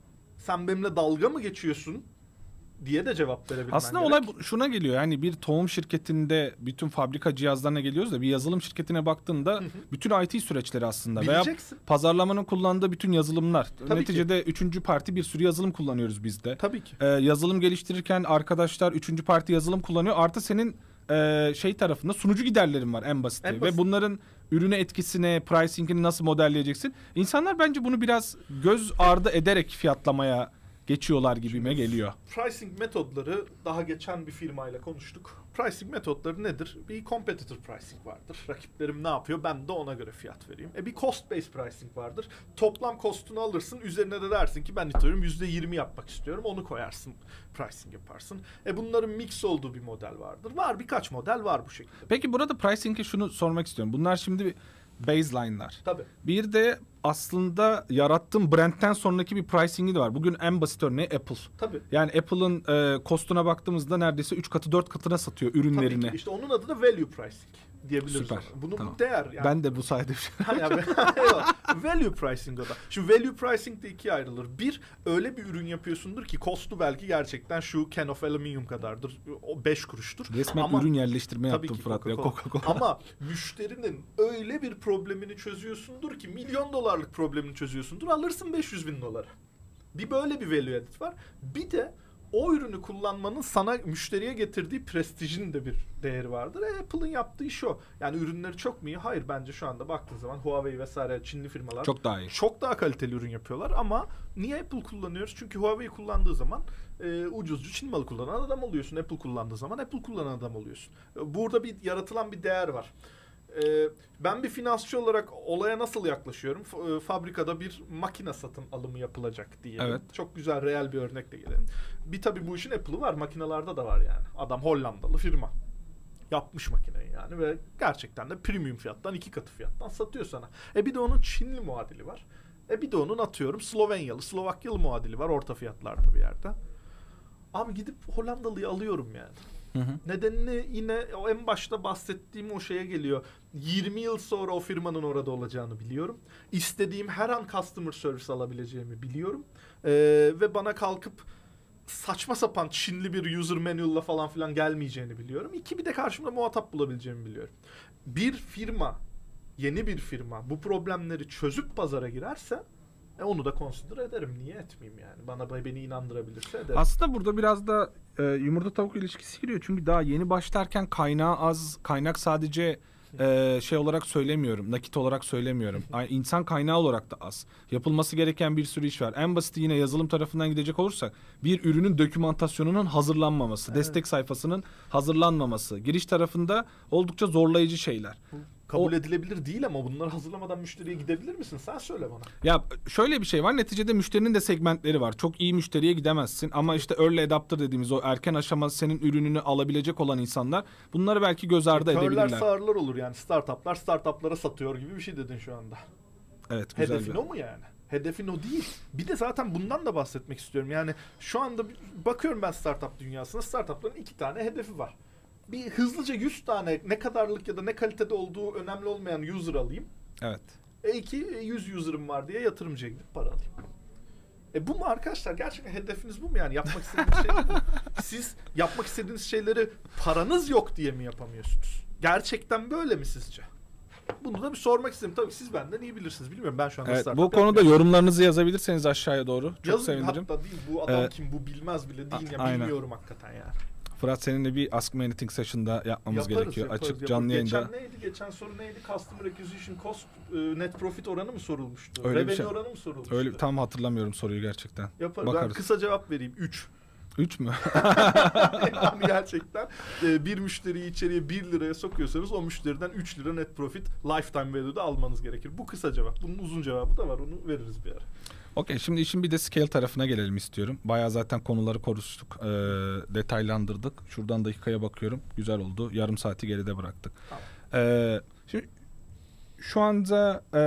sen benimle dalga mı geçiyorsun diye de cevap verebilmen Aslında gerek. olay şuna geliyor. Yani bir tohum şirketinde bütün fabrika cihazlarına geliyoruz da bir yazılım şirketine baktığında hı hı. bütün I T süreçleri aslında bileceksin. Veya pazarlamanın kullandığı bütün yazılımlar. Tabii Neticede ki. üçüncü parti bir sürü yazılım kullanıyoruz biz de. Tabii ki. Ee, yazılım geliştirirken arkadaşlar üçüncü parti yazılım kullanıyor. Artı senin e, şey tarafında sunucu giderlerin var en basiti. En basit. Ve bunların ürüne etkisine, pricing'ini nasıl modelleyeceksin? İnsanlar bence bunu biraz göz ardı ederek fiyatlamaya geçiyorlar gibime Şimdi, geliyor. Pricing metodları daha geçen bir firmayla konuştuk. Pricing metodları nedir? Bir competitor pricing vardır. Rakiplerim ne yapıyor? Ben de ona göre fiyat vereyim. E bir cost based pricing vardır. Toplam cost'unu alırsın. Üzerine de dersin ki ben istiyorum yüzde yirmi yapmak istiyorum. Onu koyarsın. Pricing yaparsın. E bunların mix olduğu bir model vardır. Var birkaç model var bu şekilde. Peki burada pricing'e şunu sormak istiyorum. Bunlar şimdi baseline'lar. Tabii. Bir de aslında yarattığım brandten sonraki bir pricing'i de var. Bugün en basit örneği Apple. Tabii. Yani Apple'ın e, costuna baktığımızda neredeyse üç katı dört katına satıyor ürünlerini. Tabii ki. İşte onun adı da value pricing diyebiliriz. Süper. Ona. Bunun Tamam. bir değer. Yani. Ben de bu sayede yani, value pricing o da. Şu value pricing de ikiye ayrılır. Bir, öyle bir ürün yapıyorsundur ki costu belki gerçekten şu can of aluminium kadardır. O beş kuruştur. Resmen ama, ürün yerleştirme yaptım Fırat. Coca-Cola. Coca-Cola. Ama müşterinin öyle bir problemini çözüyorsundur ki milyon dolarlık problemini çözüyorsundur. Alırsın beş yüz bin dolara. Bir böyle bir value added var. Bir de o ürünü kullanmanın sana müşteriye getirdiği prestijin de bir değeri vardır. E, Apple'ın yaptığı iş o. Yani ürünleri çok mu iyi? Hayır, bence şu anda baktığın zaman Huawei vesaire Çinli firmalar çok daha iyi. Çok daha kaliteli ürün yapıyorlar ama niye Apple kullanıyoruz? Çünkü Huawei kullandığı zaman e, ucuzcu Çin malı kullanan adam oluyorsun. Apple kullandığı zaman Apple kullanan adam oluyorsun. E, burada bir yaratılan bir değer var. Ee, ben bir finansçı olarak olaya nasıl yaklaşıyorum? F- fabrikada bir makine satın alımı yapılacak diye. Evet. Çok güzel, reel bir örnekle gelelim. Bir tabii bu işin Apple'ı var. Makinelerde de var yani. Adam Hollandalı firma. Yapmış makineyi yani ve gerçekten de premium fiyattan iki katı fiyattan satıyor sana. E bir de onun Çinli muadili var. E bir de onun atıyorum Slovenyalı, Slovakyalı muadili var orta fiyatlarda bir yerde. Abi gidip Hollandalıyı alıyorum yani. Hı hı. Nedenini yine o en başta bahsettiğim o şeye geliyor. yirmi yıl sonra o firmanın orada olacağını biliyorum. İstediğim her an customer service alabileceğimi biliyorum. Ee, ve bana kalkıp saçma sapan Çinli bir user manual'la falan filan gelmeyeceğini biliyorum. İki, bir de karşımda muhatap bulabileceğimi biliyorum. Bir firma, yeni bir firma bu problemleri çözüp pazara girerse E onu da consider ederim. Niye etmeyeyim yani? Bana beni inandırabilirse ederim. Aslında burada biraz da e, yumurta tavuk ilişkisi giriyor. Çünkü daha yeni başlarken kaynağı az. Kaynak sadece e, şey olarak söylemiyorum. Nakit olarak söylemiyorum. İnsan kaynağı olarak da az. Yapılması gereken bir sürü iş var. En basiti yine yazılım tarafından gidecek olursak bir ürünün dokümantasyonunun hazırlanmaması, evet. destek sayfasının hazırlanmaması, giriş tarafında oldukça zorlayıcı şeyler. Kabul o, edilebilir değil ama bunları hazırlamadan müşteriye gidebilir misin? Sen söyle bana. Ya şöyle bir şey var. Neticede müşterinin de segmentleri var. Çok iyi müşteriye gidemezsin. Ama işte early adopter dediğimiz o erken aşama senin ürününü alabilecek olan insanlar bunları belki göz ardı e, edebilirler. Körler sağırlar olur yani. Startuplar startuplara satıyor gibi bir şey dedin şu anda. Evet, güzel. Hedefin bir... o mu yani? Hedefin o değil. Bir de zaten bundan da bahsetmek istiyorum. Yani şu anda bakıyorum ben startup dünyasına. Startupların iki tane hedefi var. Bir hızlıca yüz tane ne kadarlık ya da ne kalitede olduğu önemli olmayan user alayım. Evet. E iki, yüz user'ım var diye yatırımcıya gidip para alayım. E bu mu arkadaşlar? Gerçekten hedefiniz bu mu yani? Yapmak istediğiniz şey bu. Siz yapmak istediğiniz şeyleri paranız yok diye mi yapamıyorsunuz? Gerçekten böyle mi sizce? Bunu da bir sormak istedim. Tabii siz benden iyi bilirsiniz. Bilmiyorum, ben şu anda evet, startup bu konuda yapmıyorum. Yorumlarınızı yazabilirseniz aşağıya doğru. Çok Yazın, sevinirim. hatta değil bu adam ee, kim, bu bilmez bile değil ya, aynen. bilmiyorum hakikaten yani. Fırat, seninle bir Ask Me Anything session'da yapmamız yaparız, gerekiyor. Yaparız, Açık yaparız. canlı yayında. Geçen neydi? Geçen soru neydi? Customer Acquisition Cost, net profit oranı mı sorulmuştu? Öyle Revenue şey. oranı mı sorulmuştu? Öyle, tam hatırlamıyorum soruyu gerçekten. Yaparız. Bakarız. Ben kısa cevap vereyim. üç. üç mü? Yani gerçekten bir müşteriyi içeriye bir liraya sokuyorsanız o müşteriden üç lira net profit lifetime value'da almanız gerekir. Bu kısa cevap. Bunun uzun cevabı da var. Onu veririz bir ara. Okey, şimdi işin bir de scale tarafına gelelim istiyorum. Bayağı zaten konuları konuştuk, e, detaylandırdık. Şuradan dakikaya bakıyorum. Güzel oldu. Yarım saati geride bıraktık. Tamam. E, şimdi şu anda e,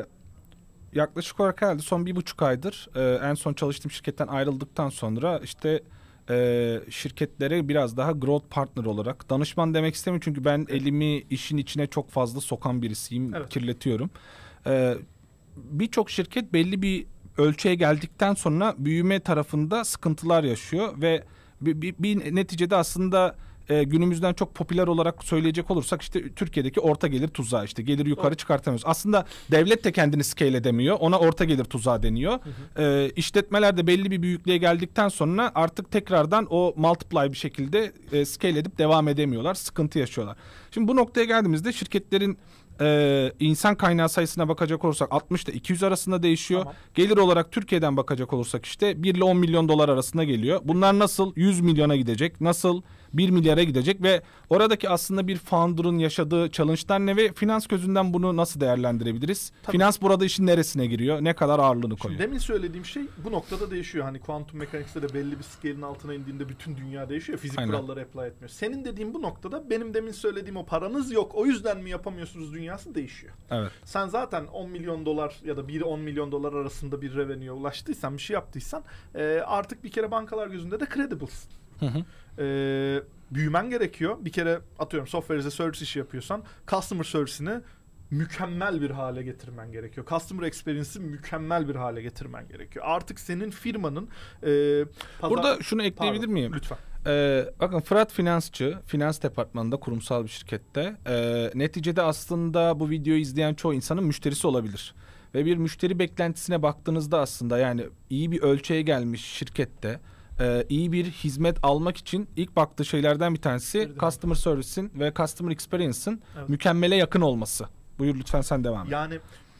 yaklaşık olarak herhalde son bir buçuk aydır e, en son çalıştığım şirketten ayrıldıktan sonra işte e, şirketlere biraz daha growth partner olarak, danışman demek istemiyorum çünkü ben evet. elimi işin içine çok fazla sokan birisiyim, evet. kirletiyorum. E, birçok şirket belli bir ölçüye geldikten sonra büyüme tarafında sıkıntılar yaşıyor ve bir, bir, bir neticede aslında e, günümüzden çok popüler olarak söyleyecek olursak işte Türkiye'deki orta gelir tuzağı, işte gelir yukarı evet. çıkartamıyoruz. Aslında devlet de kendini scale edemiyor. Ona orta gelir tuzağı deniyor. Hı hı. E, işletmeler de belli bir büyüklüğe geldikten sonra artık tekrardan o multiply bir şekilde e, scale edip devam edemiyorlar. Sıkıntı yaşıyorlar. Şimdi bu noktaya geldiğimizde şirketlerin e, insan kaynağı sayısına bakacak olursak altmış ile iki yüz arasında değişiyor. Tamam. Gelir olarak Türkiye'den bakacak olursak işte bir ile on milyon dolar arasında geliyor. Bunlar nasıl yüz milyona gidecek? Nasıl bir milyara gidecek ve oradaki aslında bir founder'ın yaşadığı challenge'lar ne ve finans gözünden bunu nasıl değerlendirebiliriz? Tabii. Finans burada işin neresine giriyor? Ne kadar ağırlığını koyuyor? Şimdi demin söylediğim şey bu noktada değişiyor. Hani kuantum mekanikte de belli bir scale'in altına indiğinde bütün dünya değişiyor. Fizik Aynen. kuralları apply etmiyor. Senin dediğin bu noktada benim demin söylediğim o paranız yok, o yüzden mi yapamıyorsunuz dünyası değişiyor. Evet. Sen zaten on milyon dolar ya da bir on milyon dolar arasında bir revenue'ye ulaştıysan, bir şey yaptıysan e, artık bir kere bankalar gözünde de credible'sın. Hı hı. Ee, büyümen gerekiyor. Bir kere atıyorum software as a service işi yapıyorsan customer service'ini mükemmel bir hale getirmen gerekiyor. Customer experience'i mükemmel bir hale getirmen gerekiyor. Artık senin firmanın e, pazar... Burada şunu ekleyebilir Pardon, miyim? lütfen. Ee, bakın Fırat finansçı, finans departmanında kurumsal bir şirkette. Ee, neticede aslında bu videoyu izleyen çoğu insanın müşterisi olabilir. Ve bir müşteri beklentisine baktığınızda aslında yani iyi bir ölçüye gelmiş şirkette Ee, iyi bir hizmet almak için ilk baktığı şeylerden bir tanesi Girdim. customer service'in ve customer experience'in Evet. mükemmele yakın olması. Buyur lütfen, sen devam et. Yani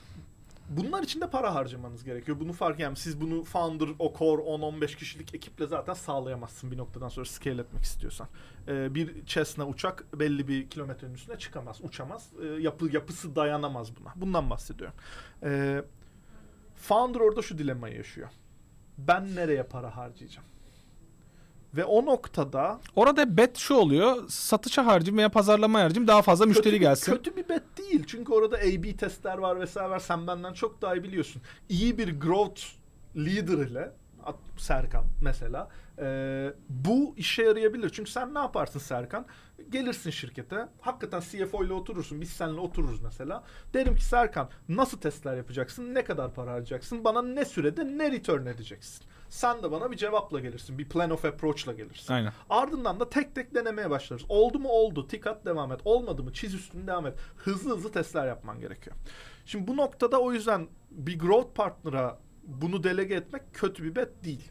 bunlar için de para harcamanız gerekiyor. Bunu fark yani siz bunu founder, o core on on beş kişilik ekiple zaten sağlayamazsın bir noktadan sonra scale etmek istiyorsan. Ee, bir Cessna uçak belli bir kilometrenin üstüne çıkamaz, uçamaz. Ee, yapı yapısı dayanamaz buna. Bundan bahsediyorum. Ee, founder orada şu dilemmayı yaşıyor. Ben nereye para harcayacağım? Ve o noktada orada bet şu oluyor: satışa harcayayım veya pazarlama harcayayım, daha fazla müşteri kötü bir, gelsin. Kötü bir bet değil. Çünkü orada A B testler var vesaire var. Sen benden çok daha iyi biliyorsun. İyi bir growth leader ile Serkan mesela e, bu işe yarayabilir. Çünkü sen ne yaparsın Serkan? Gelirsin şirkete. Hakikaten C F O ile oturursun. Biz seninle otururuz mesela. Derim ki Serkan, nasıl testler yapacaksın? Ne kadar para harcayacaksın? Bana ne sürede ne return edeceksin? Sen de bana bir cevapla gelirsin. Bir plan of approach'la gelirsin. Aynen. Ardından da tek tek denemeye başlarız. Oldu mu oldu. Tik at, devam et. Olmadı mı çiz üstünü, devam et. Hızlı hızlı testler yapman gerekiyor. Şimdi bu noktada o yüzden bir growth partner'a bunu delege etmek kötü bir bet değil.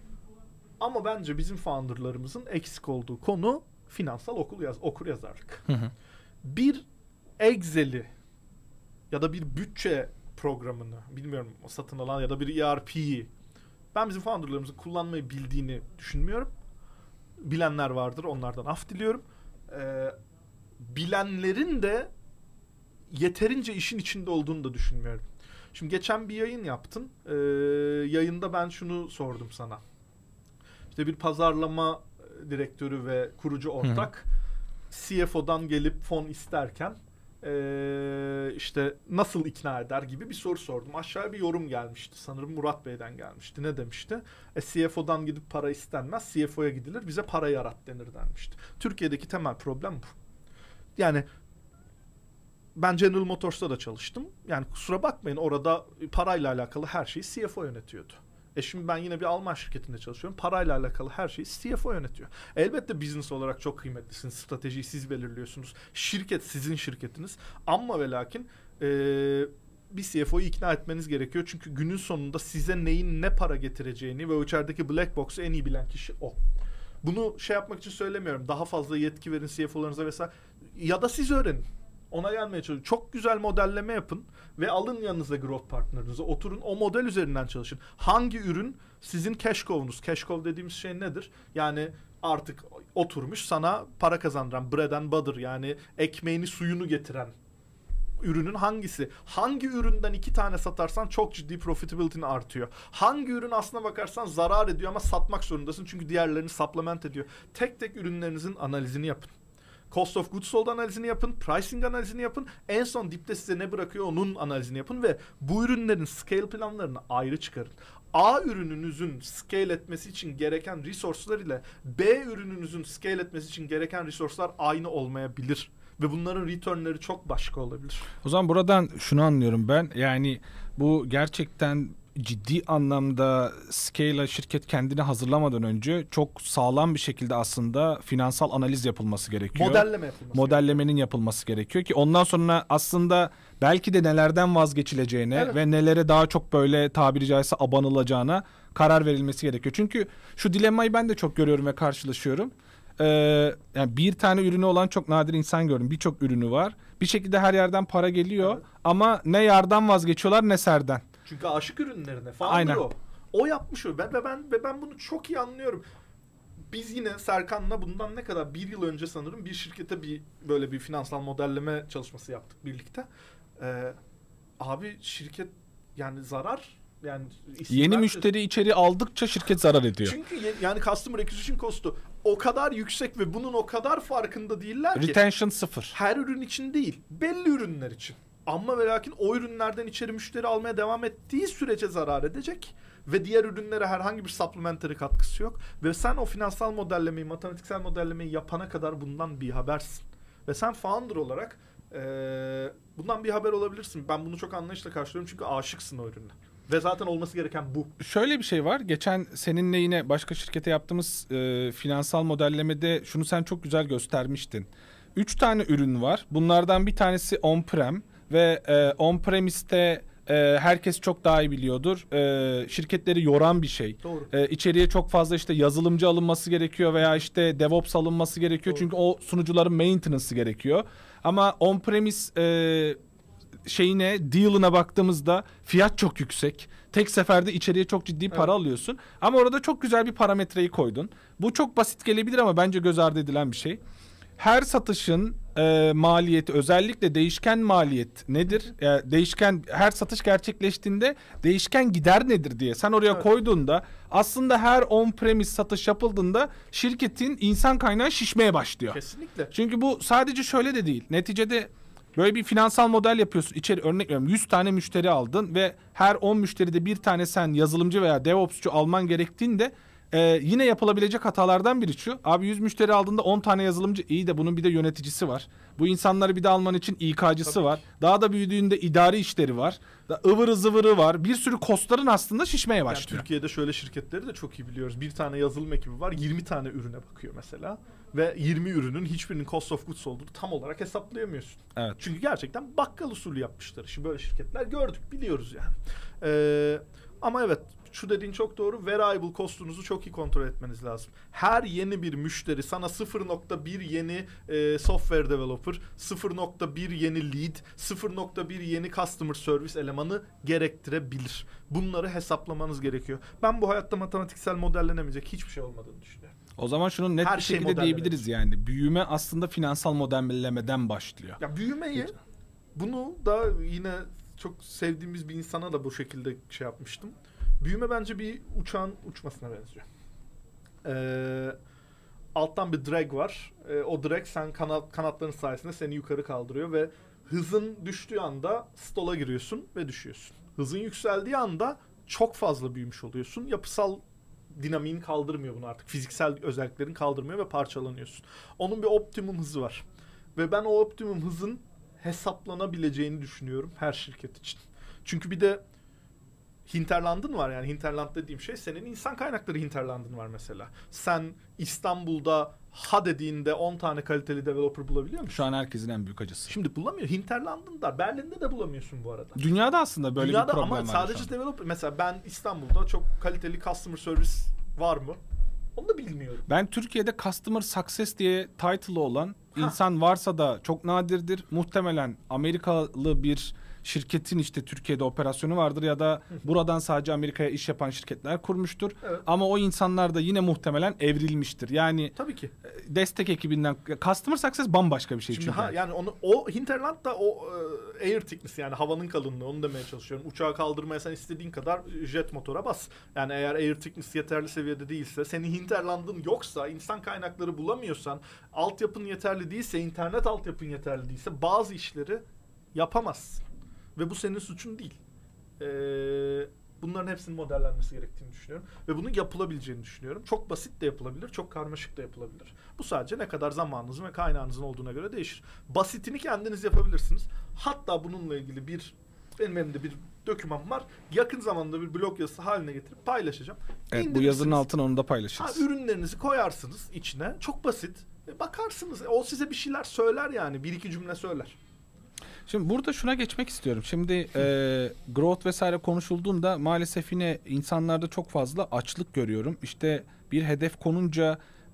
Ama bence bizim founder'larımızın eksik olduğu konu finansal okul yaz, okur yazarlık. Hı hı. Bir Excel'i ya da bir bütçe programını, bilmiyorum, satın alan ya da bir E R P'yi ben bizim founder'larımızın kullanmayı bildiğini düşünmüyorum. Bilenler vardır, onlardan af diliyorum. Ee, bilenlerin de yeterince işin içinde olduğunu da düşünmüyorum. Şimdi geçen bir yayın yaptın. Ee, yayında ben şunu sordum sana. İşte bir pazarlama direktörü ve kurucu ortak C F O'dan gelip fon isterken Ee, işte nasıl ikna eder gibi bir soru sordum. Aşağıya bir yorum gelmişti. Sanırım Murat Bey'den gelmişti. Ne demişti? E, C F O'dan gidip para istenmez. C F O'ya gidilir. Bize para yarat denir denmişti. Türkiye'deki temel problem bu. Yani ben General Motors'ta da çalıştım. Yani kusura bakmayın, orada parayla alakalı her şeyi C F O yönetiyordu. E şimdi ben yine bir Alman şirketinde çalışıyorum. Parayla alakalı her şeyi C F O yönetiyor. Elbette business olarak çok kıymetlisiniz. Stratejiyi siz belirliyorsunuz. Şirket sizin şirketiniz. Ama ve lakin e, bir C F O'yu ikna etmeniz gerekiyor. Çünkü günün sonunda size neyin ne para getireceğini ve o içerideki black box'u en iyi bilen kişi o. Bunu şey yapmak için söylemiyorum. Daha fazla yetki verin C F O'larınıza vesaire. Ya da siz öğrenin. Ona gelmeye çalışın. Çok güzel modelleme yapın ve alın yanınıza growth partnerınızı. Oturun, o model üzerinden çalışın. Hangi ürün sizin cash cow'unuz? Cash cow dediğimiz şey nedir? Yani artık oturmuş sana para kazandıran, bread and butter, yani ekmeğini suyunu getiren ürünün hangisi? Hangi üründen iki tane satarsan çok ciddi profitability'nin artıyor. Hangi ürün aslına bakarsan zarar ediyor ama satmak zorundasın çünkü diğerlerini supplement ediyor. Tek tek ürünlerinizin analizini yapın. Cost of goods sold analizini yapın, pricing analizini yapın. En son dipte size ne bırakıyor onun analizini yapın ve bu ürünlerin scale planlarını ayrı çıkarın. A ürününüzün scale etmesi için gereken resource'lar ile B ürününüzün scale etmesi için gereken resource'lar aynı olmayabilir. Ve bunların return'leri çok başka olabilir. O zaman buradan şunu anlıyorum ben. Yani bu gerçekten ciddi anlamda Scala şirket kendini hazırlamadan önce çok sağlam bir şekilde aslında finansal analiz yapılması gerekiyor. Modelleme yapılması Modellemenin gerekiyor. yapılması gerekiyor ki ondan sonra aslında belki de nelerden vazgeçileceğine evet. ve nelere daha çok böyle tabiri caizse abanılacağına karar verilmesi gerekiyor. Çünkü şu dilemmayı ben de çok görüyorum ve karşılaşıyorum. Ee, yani bir tane ürünü olan çok nadir insan gördüm. Birçok ürünü var. Bir şekilde her yerden para geliyor. Evet. Ama ne yardan vazgeçiyorlar ne serden. Çünkü aşık ürünlerine falan o. O yapmış o. Ben, ve ben, ve ben bunu çok iyi anlıyorum. Biz yine Serkan'la bundan ne kadar bir yıl önce sanırım bir şirkete bir böyle bir finansal modelleme çalışması yaptık birlikte. Ee, abi şirket yani zarar. Yani yeni müşteri içeri aldıkça şirket zarar ediyor. Çünkü yani customer acquisition cost'u o kadar yüksek ve bunun o kadar farkında değiller ki. Retention sıfır. Her ürün için değil, belli ürünler için. Ama ve lakin o ürünlerden içeri müşteri almaya devam ettiği sürece zarar edecek ve diğer ürünlere herhangi bir supplementary katkısı yok. Ve sen o finansal modellemeyi, matematiksel modellemeyi yapana kadar bundan bir habersin. Ve sen founder olarak ee, bundan bir haber olabilirsin. Ben bunu çok anlayışla karşılıyorum çünkü aşıksın o ürüne. Ve zaten olması gereken bu. Şöyle bir şey var. Geçen seninle yine başka şirkete yaptığımız e, finansal modellemede şunu sen çok güzel göstermiştin. Üç tane ürün var. Bunlardan bir tanesi on-prem ve e, on-premise'te e, herkes çok daha iyi biliyordur. E, şirketleri yoran bir şey. Doğru. E, içeriye çok fazla işte yazılımcı alınması gerekiyor veya işte DevOps alınması gerekiyor. Doğru. Çünkü o sunucuların maintenance'ı gerekiyor. Ama on-premise e, şeyine, deal'ına baktığımızda fiyat çok yüksek. Tek seferde içeriye çok ciddi para evet. alıyorsun. Ama orada çok güzel bir parametreyi koydun. Bu çok basit gelebilir ama bence göz ardı edilen bir şey. Her satışın e, maliyeti, özellikle değişken maliyet nedir? Yani değişken, her satış gerçekleştiğinde değişken gider nedir diye sen oraya evet. koyduğunda aslında her on-premise satış yapıldığında şirketin insan kaynağı şişmeye başlıyor. Kesinlikle. Çünkü bu sadece şöyle de değil. Neticede böyle bir finansal model yapıyorsun. İçeri örnek veriyorum yüz tane müşteri aldın ve her on müşteride bir tane sen yazılımcı veya DevOps'cu alman gerektiğinde e, yine yapılabilecek hatalardan biri şu. Abi yüz müşteri aldığında on tane yazılımcı, iyi de bunun bir de yöneticisi var. Bu insanları bir de alman için İK'cısı Tabii. var. Daha da büyüdüğünde idari işleri var. Da ıvırı zıvırı var. Bir sürü kostların aslında şişmeye başlıyor. Yani Türkiye'de şöyle şirketleri de çok iyi biliyoruz. Bir tane yazılım ekibi var. yirmi tane ürüne bakıyor mesela. Ve yirmi ürünün hiçbirinin cost of goods olduğunu tam olarak hesaplayamıyorsun. Evet. Çünkü gerçekten bakkal usulü yapmışlar. Şimdi böyle şirketler gördük, biliyoruz yani. Ee, ama evet, şu dediğin çok doğru. Variable cost'unuzu çok iyi kontrol etmeniz lazım. Her yeni bir müşteri sana sıfır nokta bir yeni e, software developer, sıfır nokta bir yeni lead, sıfır nokta bir yeni customer service elemanı gerektirebilir. Bunları hesaplamanız gerekiyor. Ben bu hayatta matematiksel modellenemeyecek hiçbir şey olmadığını düşünüyorum. O zaman şunu net Her bir şey şekilde diyebiliriz yani. Büyüme aslında finansal modellemeden başlıyor. Ya büyümeyi, Hiç. bunu da yine çok sevdiğimiz bir insana da bu şekilde şey yapmıştım. Büyüme bence bir uçağın uçmasına benziyor. Ee, alttan bir drag var. Ee, o drag sen kanat, kanatların sayesinde seni yukarı kaldırıyor ve hızın düştüğü anda stola giriyorsun ve düşüyorsun. Hızın yükseldiği anda çok fazla büyümüş oluyorsun. Yapısal dinamiğin kaldırmıyor bunu artık. Fiziksel özelliklerin kaldırmıyor ve parçalanıyorsun. Onun bir optimum hızı var. Ve ben o optimum hızın hesaplanabileceğini düşünüyorum her şirket için. Çünkü bir de hinterland'ın var, yani hinterland dediğim şey senin insan kaynakları hinterland'ın var mesela. Sen İstanbul'da ha dediğinde on tane kaliteli developer bulabiliyor musun? Şu an herkesin en büyük acısı. Şimdi bulamıyor. Hinterland'ın da Berlin'de de bulamıyorsun bu arada. Dünyada aslında böyle Dünyada bir problem var. Ama sadece developer. Mesela ben İstanbul'da çok kaliteli customer service var mı? Onu da bilmiyorum. Ben Türkiye'de customer success diye title'ı olan ha. insan varsa da çok nadirdir. Muhtemelen Amerikalı bir şirketin işte Türkiye'de operasyonu vardır ya da buradan sadece Amerika'ya iş yapan şirketler kurmuştur. Evet. Ama o insanlar da yine muhtemelen evrilmiştir. Yani tabii ki destek ekibinden customer success bambaşka bir şey. Şimdi çünkü. Ha, yani onu o hinterland da o e, air thickness, yani havanın kalınlığı, onu demeye çalışıyorum. Uçağı kaldırmaya sen istediğin kadar jet motora bas. Yani eğer air thickness yeterli seviyede değilse, senin hinterland'ın yoksa, insan kaynakları bulamıyorsan, altyapın yeterli değilse, internet altyapın yeterli değilse bazı işleri yapamazsın. Ve bu senin suçun değil. Ee, bunların hepsinin modellenmesi gerektiğini düşünüyorum. Ve bunun yapılabileceğini düşünüyorum. Çok basit de yapılabilir, çok karmaşık da yapılabilir. Bu sadece ne kadar zamanınızın ve kaynağınızın olduğuna göre değişir. Basitini kendiniz yapabilirsiniz. Hatta bununla ilgili bir, benim elimde bir doküman var. Yakın zamanda bir blog yazısı haline getirip paylaşacağım. Evet, bu yazının altına onu da paylaşırız. Ha, ürünlerinizi koyarsınız içine. Çok basit. Bakarsınız. O size bir şeyler söyler yani. Bir iki cümle söyler. Şimdi burada şuna geçmek istiyorum. Şimdi e, growth vesaire konuşulduğunda maalesef yine insanlarda çok fazla açlık görüyorum. İşte bir hedef konunca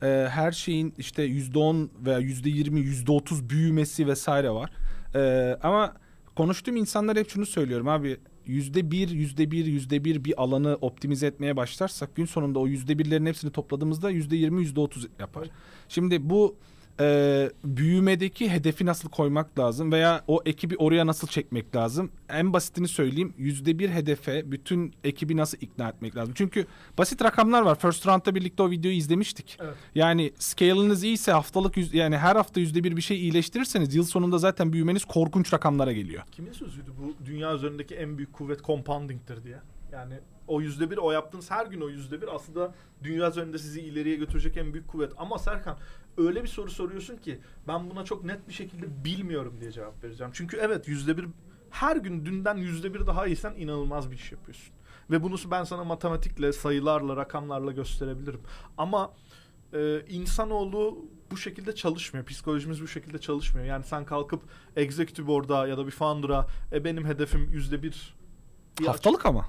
e, her şeyin işte yüzde on veya yüzde yirmi, yüzde otuz büyümesi vesaire var. E, ama konuştuğum insanlar hep şunu söylüyorum abi. Yüzde bir, yüzde bir, yüzde bir bir alanı optimize etmeye başlarsak gün sonunda o yüzde birlerin hepsini topladığımızda yüzde yirmi, yüzde otuz yapar. Şimdi bu e, büyümedeki hedefi nasıl koymak lazım veya o ekibi oraya nasıl çekmek lazım? En basitini söyleyeyim. Yüzde bir hedefe bütün ekibi nasıl ikna etmek lazım? Çünkü basit rakamlar var. First Round'da birlikte o videoyu izlemiştik. Evet. Yani scale'ınız iyiyse haftalık yüz, yani her hafta yüzde bir bir şey iyileştirirseniz yıl sonunda zaten büyümeniz korkunç rakamlara geliyor. Kimin sözüydü bu? Dünya üzerindeki en büyük kuvvet compounding'tir diye. Yani o yüzde bir, o yaptığınız her gün o yüzde bir aslında dünya üzerinde sizi ileriye götürecek en büyük kuvvet. Ama Serkan, öyle bir soru soruyorsun ki ben buna çok net bir şekilde bilmiyorum diye cevap vereceğim. Çünkü evet, yüzde bir her gün dünden yüzde bir daha iyisen inanılmaz bir iş yapıyorsun. Ve bunu ben sana matematikle, sayılarla, rakamlarla gösterebilirim. Ama e, insanoğlu bu şekilde çalışmıyor. Psikolojimiz bu şekilde çalışmıyor. Yani sen kalkıp executive board'a ya da bir founder'a e, benim hedefim yüzde bir. Haftalık ama.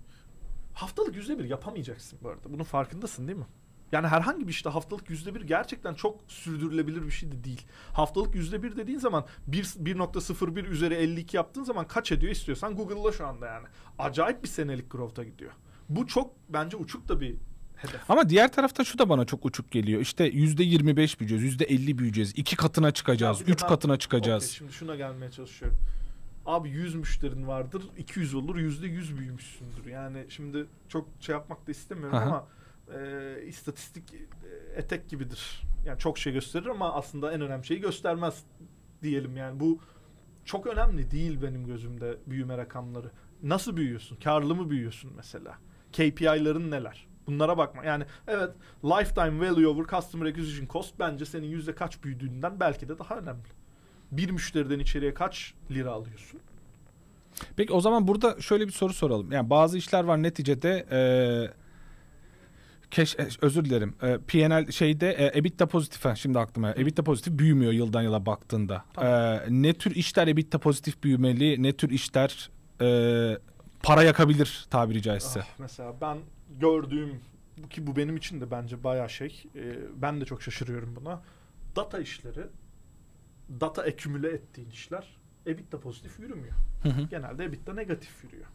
Haftalık yüzde bir yapamayacaksın bu arada. Bunun farkındasın değil mi? Yani herhangi bir işte haftalık yüzde bir gerçekten çok sürdürülebilir bir şey de değil. Haftalık yüzde bir dediğin zaman bir nokta sıfır bir üzeri elli iki yaptığın zaman kaç ediyor istiyorsan Google'la şu anda yani. Acayip bir senelik growth'a gidiyor. Bu çok bence uçuk da bir hedef. Ama diğer tarafta şu da bana çok uçuk geliyor. İşte yüzde yirmi beş büyüyeceğiz, yüzde elli büyüyeceğiz, iki katına çıkacağız, üç ben, katına çıkacağız. Okay, şimdi şuna gelmeye çalışıyorum. Abi yüz müşterin vardır, iki yüz olur, yüzde yüz büyümüşsündür. Yani şimdi çok şey yapmak da istemiyorum. Aha. Ama e, istatistik e, etek gibidir. Yani çok şey gösterir ama aslında en önemli şeyi göstermez diyelim. Yani bu çok önemli değil benim gözümde, büyüme rakamları. Nasıl büyüyorsun? Karlı mı büyüyorsun mesela? K P I'ların neler? Bunlara bakma. Yani evet, lifetime value over customer acquisition cost bence senin yüzde kaç büyüdüğünden belki de daha önemli. Bir müşteriden içeriye kaç lira alıyorsun? Peki o zaman burada şöyle bir soru soralım. Yani bazı işler var neticede eee Keş, özür dilerim. E, P and L şeyde e, EBITDA pozitif. Şimdi aklıma. EBITDA pozitif büyümüyor yıldan yıla baktığında. Tamam. E, ne tür işler EBITDA pozitif büyümeli? Ne tür işler e, para yakabilir tabiri caizse? Ah, mesela ben gördüğüm ki bu benim için de bence bayağı şey. E, ben de çok şaşırıyorum buna. Data işleri, data ekümüle ettiğin işler EBITDA pozitif yürümüyor. Hı hı. Genelde EBITDA negatif yürüyor.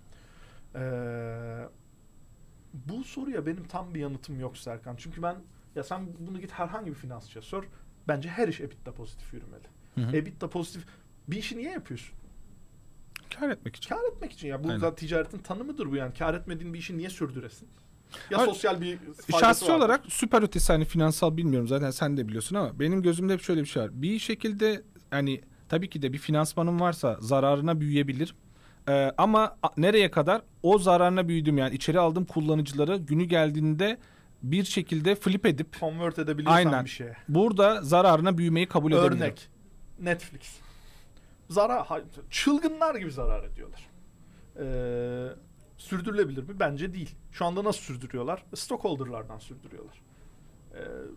Eee Bu soruya benim tam bir yanıtım yok Serkan. Çünkü ben, ya sen bunu git herhangi bir finansçıya sor. Bence her iş EBITDA pozitif yürümeli. Hı hı. EBITDA pozitif bir işi niye yapıyorsun? Kar etmek için. Kar etmek için ya. Bu zaten ticaretin tanımıdır bu yani. Kar etmediğin bir işi niye sürdüresin? Ya ama sosyal bir faydası şahsi vardır. olarak süper ötesi hani finansal bilmiyorum zaten sen de biliyorsun ama benim gözümde hep şöyle bir şey var. Bir şekilde hani tabii ki de bir finansmanım varsa zararına büyüyebilir. Ee, ama nereye kadar o zararına büyüdüm yani içeri aldığım kullanıcıları günü geldiğinde bir şekilde flip edip convert edebiliyorsan aynen, bir şeye. Burada zararına büyümeyi kabul edebilirim. Örnek Netflix. Zarar, çılgınlar gibi zarar ediyorlar. Ee, sürdürülebilir mi? Bence değil. Şu anda nasıl sürdürüyorlar? Stockholder'lardan sürdürüyorlar. Ee,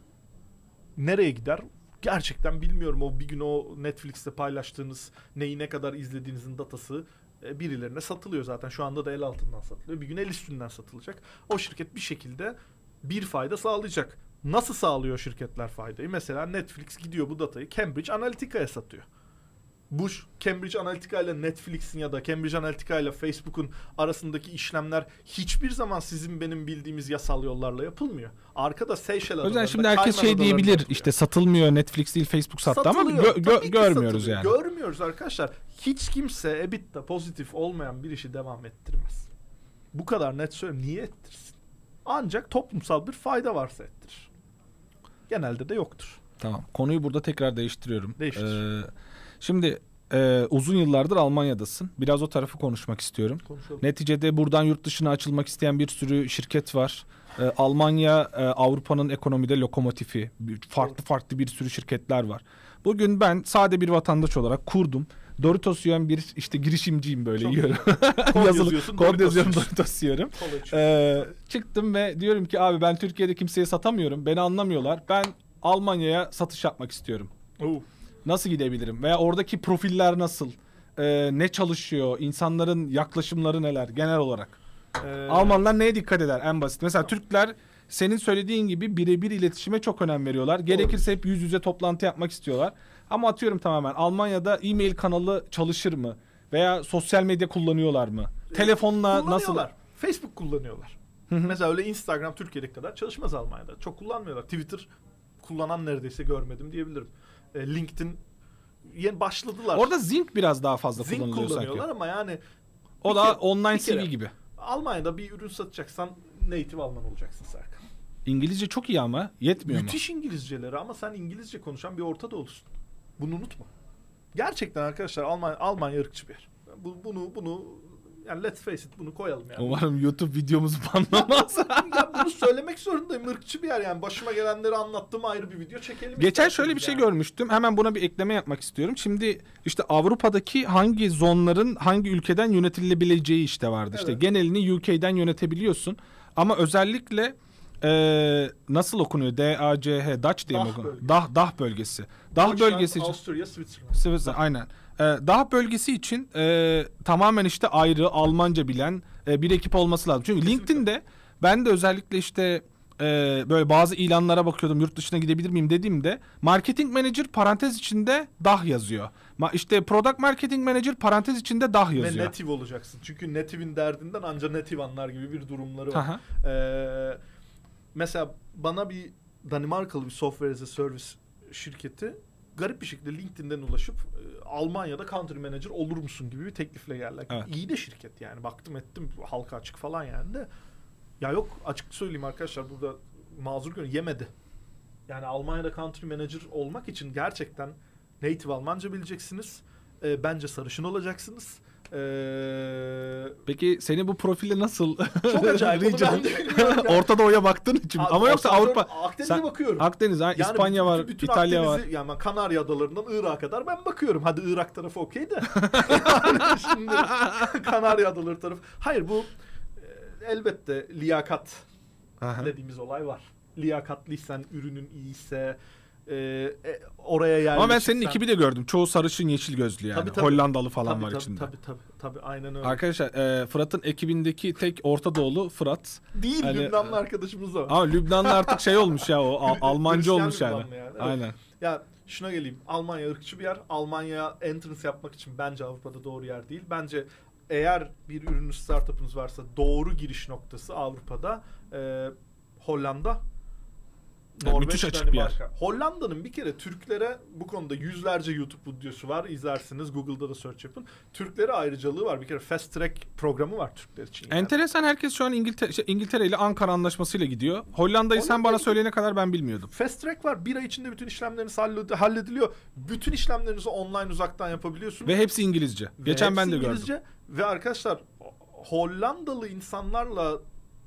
nereye gider? Gerçekten bilmiyorum. O bir gün o Netflix'te paylaştığınız neyi ne kadar izlediğinizin datası birilerine satılıyor zaten. Şu anda da el altından satılıyor. Bir gün el üstünden satılacak. O şirket bir şekilde bir fayda sağlayacak. Nasıl sağlıyor şirketler faydayı? Mesela Netflix gidiyor bu datayı Cambridge Analytica'ya satıyor. Bu Cambridge Analytica ile Netflix'in ya da Cambridge Analytica ile Facebook'un arasındaki işlemler hiçbir zaman sizin benim bildiğimiz yasal yollarla yapılmıyor. Arkada Seychelles adalarında, o yüzden şimdi herkes şey diyebilir yapılıyor. İşte satılmıyor, Netflix değil Facebook sattı satılıyor. Ama gö- gö- görmüyoruz yani. Görmüyoruz arkadaşlar. Hiç kimse EBITDA pozitif olmayan bir işi devam ettirmez. Bu kadar net söyleyeyim. Niye ettirsin? Ancak toplumsal bir fayda varsa ettirir. Genelde de yoktur. Tamam. Konuyu burada tekrar değiştiriyorum. Değiştir. Ee, şimdi e, uzun yıllardır Almanya'dasın. Biraz o tarafı konuşmak istiyorum. Konuşalım. Neticede buradan yurt dışına açılmak isteyen bir sürü şirket var. Ee, Almanya e, Avrupa'nın ekonomide lokomotifi. Farklı Doğru. farklı bir sürü şirketler var. Bugün ben sade bir vatandaş olarak kurdum. Doritos yiyen bir işte girişimciyim böyle Çok yiyorum. Kod Yazılı, yazıyorsun. Kod yazıyorum, Doritos yiyorum. Ee, evet. Çıktım ve diyorum ki abi ben Türkiye'de kimseye satamıyorum. Beni anlamıyorlar. Ben Almanya'ya satış yapmak istiyorum. Oo. Nasıl gidebilirim? Veya oradaki profiller nasıl? Ee, ne çalışıyor? İnsanların yaklaşımları neler genel olarak? Ee... Almanlar neye dikkat eder en basit? Mesela Türkler senin söylediğin gibi birebir iletişime çok önem veriyorlar. Gerekirse hep yüz yüze toplantı yapmak istiyorlar. Ama atıyorum tamamen Almanya'da e-mail kanalı çalışır mı? Veya sosyal medya kullanıyorlar mı? E, Telefonla nasıl? Facebook kullanıyorlar. Mesela öyle Instagram Türkiye'deki kadar çalışmaz Almanya'da. Çok kullanmıyorlar. Twitter kullanan neredeyse görmedim diyebilirim. E, LinkedIn yeni başladılar. Orada Zing biraz daha fazla Zing kullanılıyor sanki. kullanıyorlar ama yani o da kere, online C V gibi. Almanya'da bir ürün satacaksan native Alman olacaksın Serkan. İngilizce çok iyi ama yetmiyor Müthiş mu? Müthiş İngilizceleri ama sen İngilizce konuşan bir Orta Doğulusun. Bunu unutma. Gerçekten arkadaşlar Almanya, Almanya ırkçı bir yer. Bu, bunu bunu yani let's face it bunu koyalım yani. Umarım YouTube videomuzu banlamaz. Ya bunu söylemek zorundayım. Irkçı bir yer yani. Başıma gelenleri anlattığım ayrı bir video çekelim. Geçen şöyle bir şey yani. görmüştüm. Hemen buna bir ekleme yapmak istiyorum. Şimdi işte Avrupa'daki hangi zonların hangi ülkeden yönetilebileceği işte vardı. Evet. İşte genelini U K'den yönetebiliyorsun. Ama özellikle Ee, nasıl okunuyor? D A C H Dutch diye mi okunuyor? Dah, Dah bölgesi. Dah bölgesi için. Avusturya, Switzerland. Switzerland, aynen. Ee, Dah bölgesi için e, tamamen işte ayrı Almanca bilen e, bir ekip olması lazım. Çünkü kesinlikle. LinkedIn'de ben de özellikle işte e, böyle bazı ilanlara bakıyordum. Yurt dışına gidebilir miyim dediğimde marketing manager parantez içinde Dah yazıyor. Ma işte product marketing manager parantez içinde Dah yazıyor. Ve native olacaksın. Çünkü native'in derdinden ancak native anlar gibi bir durumları var. Eee Mesela bana bir Danimarkalı bir software as a service şirketi garip bir şekilde LinkedIn'den ulaşıp e, Almanya'da country manager olur musun gibi bir teklifle geldiler. Evet. İyi de şirket yani. Baktım ettim halka açık falan yani de. Ya yok açık söyleyeyim arkadaşlar burada mazur görün yemedi. Yani Almanya'da country manager olmak için gerçekten native Almanca bileceksiniz. E, bence sarışın olacaksınız. Ee, Peki seni bu profile nasıl? Çok acayip. Orta Doğu'ya baktığın için. Abi, ama yoksa Avrupa. Akdeniz'e bakıyorum. Akdeniz, yani İspanya var, bütün İtalya var. Yani Kanarya Adaları'ndan Irak'a kadar ben bakıyorum. Hadi Irak tarafı okey de. Şimdi Kanarya Adaları tarafı. Hayır bu elbette liyakat Aha. dediğimiz olay var. Liyakatlıysan, ürünün iyiyse, e, e, oraya yerleşirsen. Ama ben senin ekibi de gördüm. Çoğu sarışın yeşil gözlü yani. Tabii, tabii. Hollandalı falan tabii, var tabii, içinde. Tabii tabii tabii aynen öyle. Arkadaşlar e, Fırat'ın ekibindeki tek Orta Doğulu Fırat. Değil hani, Lübnanlı arkadaşımız o. Ama Lübnanlı artık şey olmuş ya o Al- Almancı olmuş yani. yani. Evet. Aynen. Ya şuna geleyim. Almanya ırkçı bir yer. Almanya'ya entrance yapmak için bence Avrupa'da doğru yer değil. Bence eğer bir ürününüz, startup'ınız varsa doğru giriş noktası Avrupa'da e, Hollanda. Yani müthiş açık bir yer. Hollanda'nın bir kere Türklere bu konuda yüzlerce YouTube videosu var. İzlersiniz. Google'da da search yapın. Türklere ayrıcalığı var. Bir kere Fast Track programı var Türkler için. Yani. Enteresan, herkes şu an İngiltere, şey, İngiltere ile Ankara Anlaşması'yla gidiyor. Hollanda'yı Hollanda sen bana söyleyene kadar ben bilmiyordum. Fast Track var. Bir ay içinde bütün işlemleriniz hallediliyor. Bütün işlemlerinizi online uzaktan yapabiliyorsunuz. Ve hepsi İngilizce. Ve Geçen ben de İngilizce. gördüm. Ve arkadaşlar Hollandalı insanlarla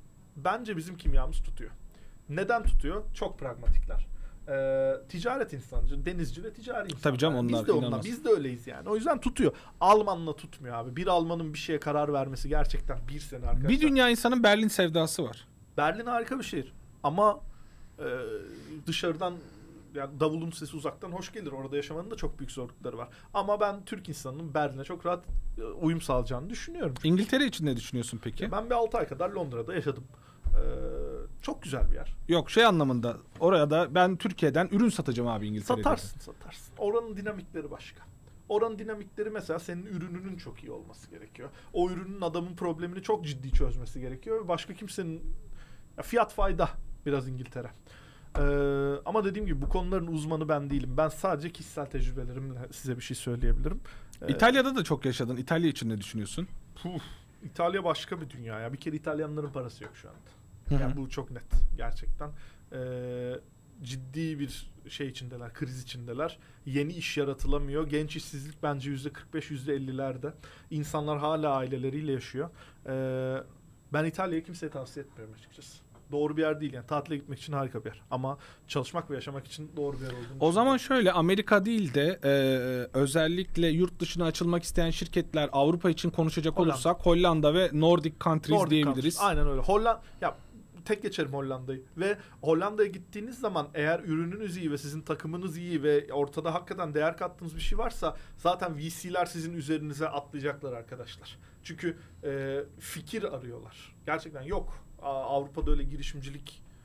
bence bizim kimyamız tutuyor. Neden tutuyor? Çok pragmatikler. Ee, ticaret insancı, denizci ve ticari insan. Tabii canım onlar. Biz de onlar, biz de öyleyiz yani. O yüzden tutuyor. Almanla tutmuyor abi. Bir Almanın bir şeye karar vermesi gerçekten bir sene arkadaşlar. Bir dünya insanın Berlin sevdası var. Berlin harika bir şehir. Ama e, dışarıdan yani davulun sesi uzaktan hoş gelir. Orada yaşamanın da çok büyük zorlukları var. Ama ben Türk insanının Berlin'e çok rahat e, uyum sağlayacağını düşünüyorum. İngiltere için ne düşünüyorsun peki? Ya ben bir altı ay kadar Londra'da yaşadım. Ee, çok güzel bir yer. Yok şey anlamında oraya da ben Türkiye'den ürün satacağım abi İngiltere'de. Satarsın satarsın. Oranın dinamikleri başka. Oranın dinamikleri mesela senin ürününün çok iyi olması gerekiyor. O ürünün adamın problemini çok ciddi çözmesi gerekiyor. Başka kimsenin ya fiyat fayda biraz İngiltere. Ee, ama dediğim gibi bu konuların uzmanı ben değilim. Ben sadece kişisel tecrübelerimle size bir şey söyleyebilirim. Ee, İtalya'da da çok yaşadın. İtalya için ne düşünüyorsun? Puf, İtalya başka bir dünya ya. Bir kere İtalyanların parası yok şu anda. Yani bu çok net gerçekten. Ee, ciddi bir şey içindeler, kriz içindeler. Yeni iş yaratılamıyor. Genç işsizlik bence yüzde kırk beş, yüzde ellilerde. İnsanlar hala aileleriyle yaşıyor. Ee, ben İtalya'yı kimseye tavsiye etmiyorum açıkçası. Doğru bir yer değil yani. Tatile gitmek için harika bir yer. Ama çalışmak ve yaşamak için doğru bir yer olduğunu O zaman şöyle, Amerika değil de e, özellikle yurt dışına açılmak isteyen şirketler Avrupa için konuşacak Hollanda. olursak Hollanda ve Nordic countries Nordic diyebiliriz. Countries. Aynen öyle. Hollanda ya tek geçerim Hollanda'yı. Ve Hollanda'ya gittiğiniz zaman eğer ürününüz iyi ve sizin takımınız iyi ve ortada hakikaten değer kattığınız bir şey varsa zaten V C'ler sizin üzerinize atlayacaklar arkadaşlar. Çünkü e, fikir arıyorlar. Gerçekten yok. Avrupa'da öyle girişimcilik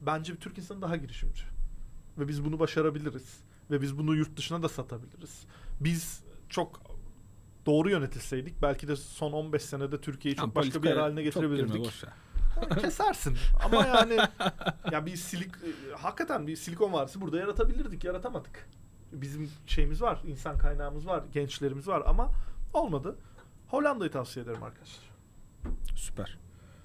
bence bir Türk insanı daha girişimci. Ve biz bunu başarabiliriz. Ve biz bunu yurt dışına da satabiliriz. Biz çok doğru yönetilseydik belki de son on beş senede Türkiye'yi çok yani başka bir yer haline getirebilirdik. Yani kesersin. Ama yani ya bir silik hakikaten bir silikon vadisi burada yaratabilirdik. Yaratamadık. Bizim şeyimiz var. İnsan kaynağımız var. Gençlerimiz var ama olmadı. Hollanda'yı tavsiye ederim arkadaşlar. Süper.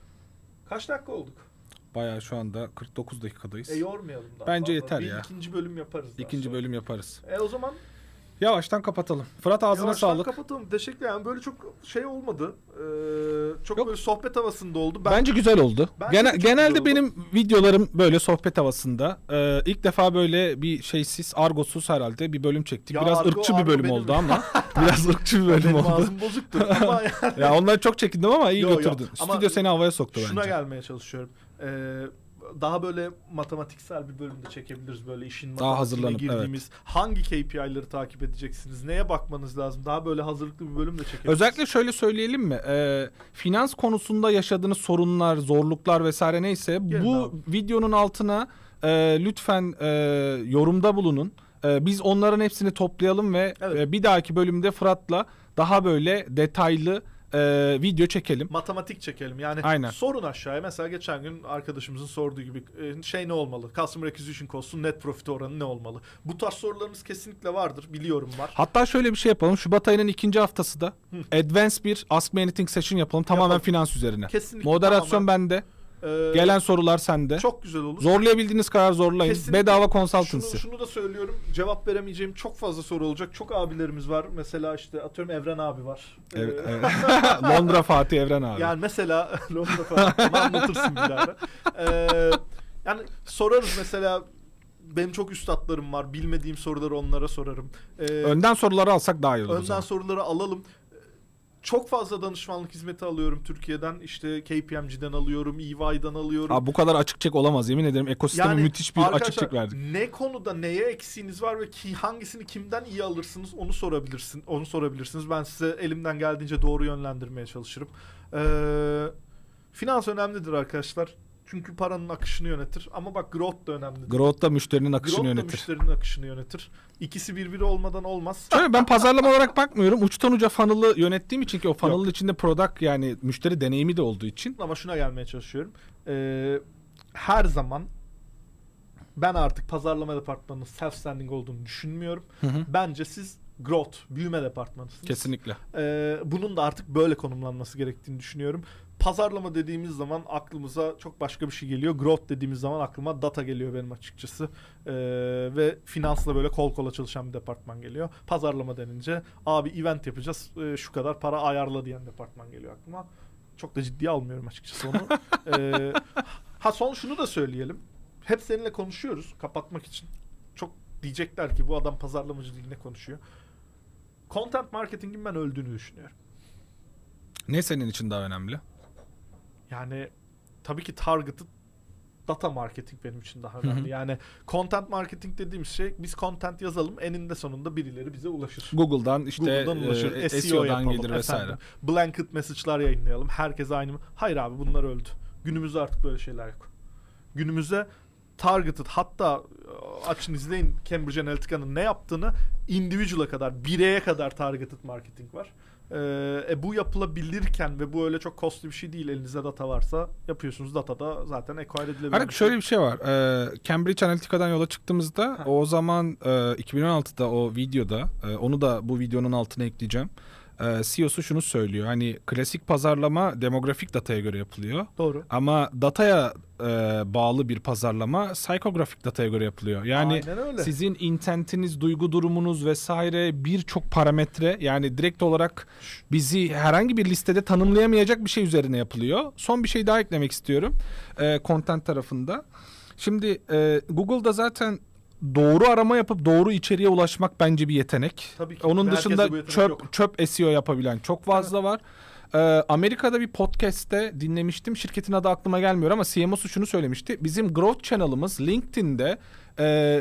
Kaç dakika olduk? Bayağı şu anda kırk dokuz dakikadayız. E yormayalım daha. Bence fazla. yeter bir ya. İkinci bölüm yaparız. İkinci bölüm yaparız. E o zaman yavaştan kapatalım. Fırat ağzına yavaştan sağlık. kapatalım. Teşekkür ederim. Böyle çok şey olmadı. Ee, çok Yok. böyle sohbet havasında oldu. Ben, Bence güzel oldu. Bence Gene, çok genelde güzel benim videolarım böyle sohbet havasında. Ee, ilk defa böyle bir şeysiz, argosuz herhalde bir bölüm çektik. Ya biraz argo, ırkçı bir argo bölüm benim. oldu ama. Biraz ırkçı bir bölüm benim oldu. ağzım bozuktu ama yani. Ya onları çok çekindim ama iyi Yo, yo. götürdün. Ama Stüdyo seni havaya soktu şuna bence. gelmeye çalışıyorum. Ee, daha böyle matematiksel bir bölümde çekebiliriz böyle işin Daha matematiğine hazırlanıp, girdiğimiz. evet. Hangi K P I'leri takip edeceksiniz? Neye bakmanız lazım? Daha böyle hazırlıklı bir bölüm de çekebiliriz. Özellikle şöyle söyleyelim mi? Ee, finans konusunda yaşadığınız sorunlar, zorluklar vesaire neyse Gelin bu abi. videonun altına e, lütfen e, yorumda bulunun. E, biz onların hepsini toplayalım ve Evet. e, bir dahaki bölümde Fırat'la daha böyle detaylı e, video çekelim. Matematik çekelim. Yani Aynen. sorun aşağıya. Mesela geçen gün arkadaşımızın sorduğu gibi e, şey ne olmalı? Customer Acquisition Cost'un net profit oranı ne olmalı? Bu tarz sorularımız kesinlikle vardır. Biliyorum var. Hatta şöyle bir şey yapalım. Şubat ayının ikinci haftası da Advanced bir Ask Me Anything session yapalım. Tamamen Yapalım. finans üzerine. Kesinlikle. Moderasyon tamamen. bende. Ee, Gelen sorular sende. çok güzel olur. Zorlayabildiğiniz kadar zorlayın. Kesinlikle. Bedava consultancy. Şunu, şunu da söylüyorum. Cevap veremeyeceğim çok fazla soru olacak. Çok abilerimiz var. Mesela işte atıyorum Evren abi var. Evet, Ee, evet. Londra Fatih Evren abi. Yani mesela Londra falan onu anlatırsın bir daha. Ee, yani sorarız mesela benim çok üstadlarım var. Bilmediğim soruları onlara sorarım. Ee, Önden soruları alsak daha iyi olur. o önden zaman. soruları alalım. Çok fazla danışmanlık hizmeti alıyorum Türkiye'den. İşte K P M G'den alıyorum, E Y'den alıyorum. Abi bu kadar açık çek olamaz. Yemin ederim ekosisteme Yani müthiş bir açık arkadaşlar, çek verdik. ne konuda neye eksiğiniz var ve ki hangisini kimden iyi alırsınız onu sorabilirsin. Onu sorabilirsiniz. Ben size elimden geldiğince doğru yönlendirmeye çalışırım. Ee, finans önemlidir arkadaşlar. Çünkü paranın akışını yönetir. Ama bak growth da önemlidir. Growth da müşterinin akışını Growth da yönetir. müşterinin akışını yönetir. İkisi birbiri olmadan olmaz. Şöyle ben pazarlama olarak bakmıyorum. Uçtan uca funnel'ı yönettiğim için ki o funnel'ın içinde product yani müşteri deneyimi de olduğu için. Ama şuna gelmeye çalışıyorum. Ee, her zaman ben artık pazarlama departmanının self-standing olduğunu düşünmüyorum. Hı hı. Bence siz growth, büyüme departmanısınız. Kesinlikle. Ee, bunun da artık böyle konumlanması gerektiğini düşünüyorum. Pazarlama dediğimiz zaman aklımıza çok başka bir şey geliyor. Growth dediğimiz zaman aklıma data geliyor benim açıkçası. Ee, ve finansla böyle kol kola çalışan bir departman geliyor. Pazarlama denince abi event yapacağız, e, şu kadar para ayarla diyen departman geliyor aklıma. Çok da ciddiye almıyorum açıkçası onu. ee, ha son şunu da söyleyelim. Hep seninle konuşuyoruz kapatmak için. Çok diyecekler ki bu adam pazarlamacı değil, ne konuşuyor. Content marketingin ben öldüğünü düşünüyorum. Ne senin için daha önemli? Yani tabii ki targeted data marketing benim için daha önemli. Hı hı. Yani content marketing dediğimiz şey biz content yazalım, eninde sonunda birileri bize ulaşır. Google'dan işte Google'dan ulaşır, e, S S E O E O'dan yapalım, gelir vesaire. efendim, blanket message'lar yayınlayalım. Herkes aynı mı? Hayır abi, bunlar öldü. Günümüzde artık böyle şeyler yok. Günümüzde targeted, hatta açın izleyin Cambridge Analytica'nın ne yaptığını, individual'a kadar, bireye kadar targeted marketing var. Ee, e, bu yapılabilirken ve bu öyle çok costly bir şey değil. Elinizde data varsa yapıyorsunuz. Data da zaten acquire edilebilir. Hani şöyle bir şey var. Ee, Cambridge Analytica'dan yola çıktığımızda ha. o zaman e, iki bin on altıda o videoda e, onu da bu videonun altına ekleyeceğim. E, C E O'su şunu söylüyor. Hani klasik pazarlama demografik dataya göre yapılıyor. Doğru. Ama dataya e, bağlı bir pazarlama psychographic dataya göre yapılıyor. Yani Aynen öyle. sizin intentiniz, duygu durumunuz vesaire birçok parametre, yani direkt olarak bizi herhangi bir listede tanımlayamayacak bir şey üzerine yapılıyor. Son bir şey daha eklemek istiyorum. E, content tarafında. Şimdi e, Google'da zaten doğru arama yapıp doğru içeriğe ulaşmak bence bir yetenek. Tabii ki. Onun Herkeste dışında bu yetenek çöp yok. çöp S E O yapabilen çok fazla var. Ee, Amerika'da bir podcast'te dinlemiştim. Şirketin adı aklıma gelmiyor ama C M O'su şunu söylemişti. Bizim growth channel'ımız LinkedIn'de e,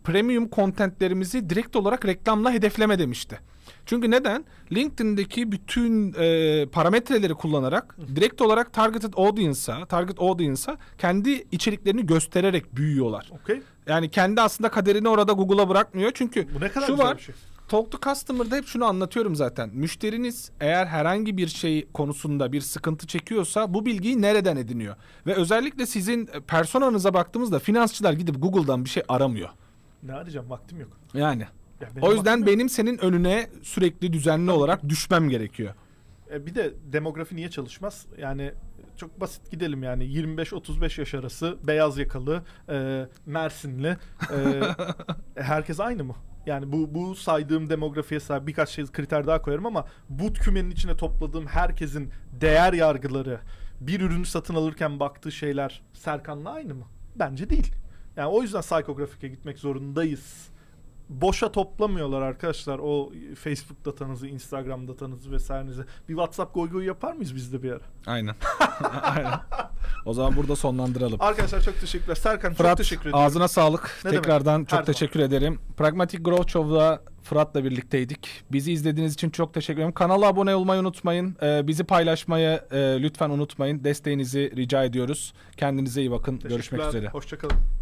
premium contentlerimizi direkt olarak reklamla hedefleme demişti. Çünkü neden? LinkedIn'deki bütün e, parametreleri kullanarak direkt olarak targeted audience'a, target audience'a kendi içeriklerini göstererek büyüyorlar. Okay. Yani kendi aslında kaderini orada Google'a bırakmıyor. Çünkü bu ne kadar şu güzel var. Bir şey. Talk to Customer'da hep şunu anlatıyorum zaten. Müşteriniz eğer herhangi bir şey konusunda bir sıkıntı çekiyorsa bu bilgiyi nereden ediniyor? Ve özellikle sizin personanıza baktığımızda finansçılar gidip Google'dan bir şey aramıyor. Ne arayacağım? Vaktim yok. Yani. Ya o yüzden benim senin önüne sürekli düzenli Tabii olarak ki. düşmem gerekiyor. E bir de demografi niye çalışmaz? Yani çok basit gidelim yani yirmi beş otuz beş yaş arası beyaz yakalı, e, Mersinli, e, herkes aynı mı? Yani bu bu saydığım demografiye sahip birkaç şey kriter daha koyarım ama bu kümenin içine topladığım herkesin değer yargıları, bir ürünü satın alırken baktığı şeyler Serkan'la aynı mı? Bence değil. Yani o yüzden Psychographic'e gitmek zorundayız. Boşa toplamıyorlar arkadaşlar o Facebook datanızı, Instagram datanızı vesairenizi. Bir WhatsApp goy goy yapar mıyız biz de bir ara? Aynen. Aynen. O zaman burada sonlandıralım. Arkadaşlar çok teşekkürler. Serkan Fırat, çok teşekkür ederim. Ağzına sağlık. Ne Tekrardan demek? çok Her teşekkür zaman. ederim. Pragmatic Growth Show'da Fırat'la birlikteydik. Bizi izlediğiniz için çok teşekkür ederim. Kanala abone olmayı unutmayın. Ee, bizi paylaşmayı e, lütfen unutmayın. Desteğinizi rica ediyoruz. Kendinize iyi bakın. Görüşmek üzere. Hoşça kalın.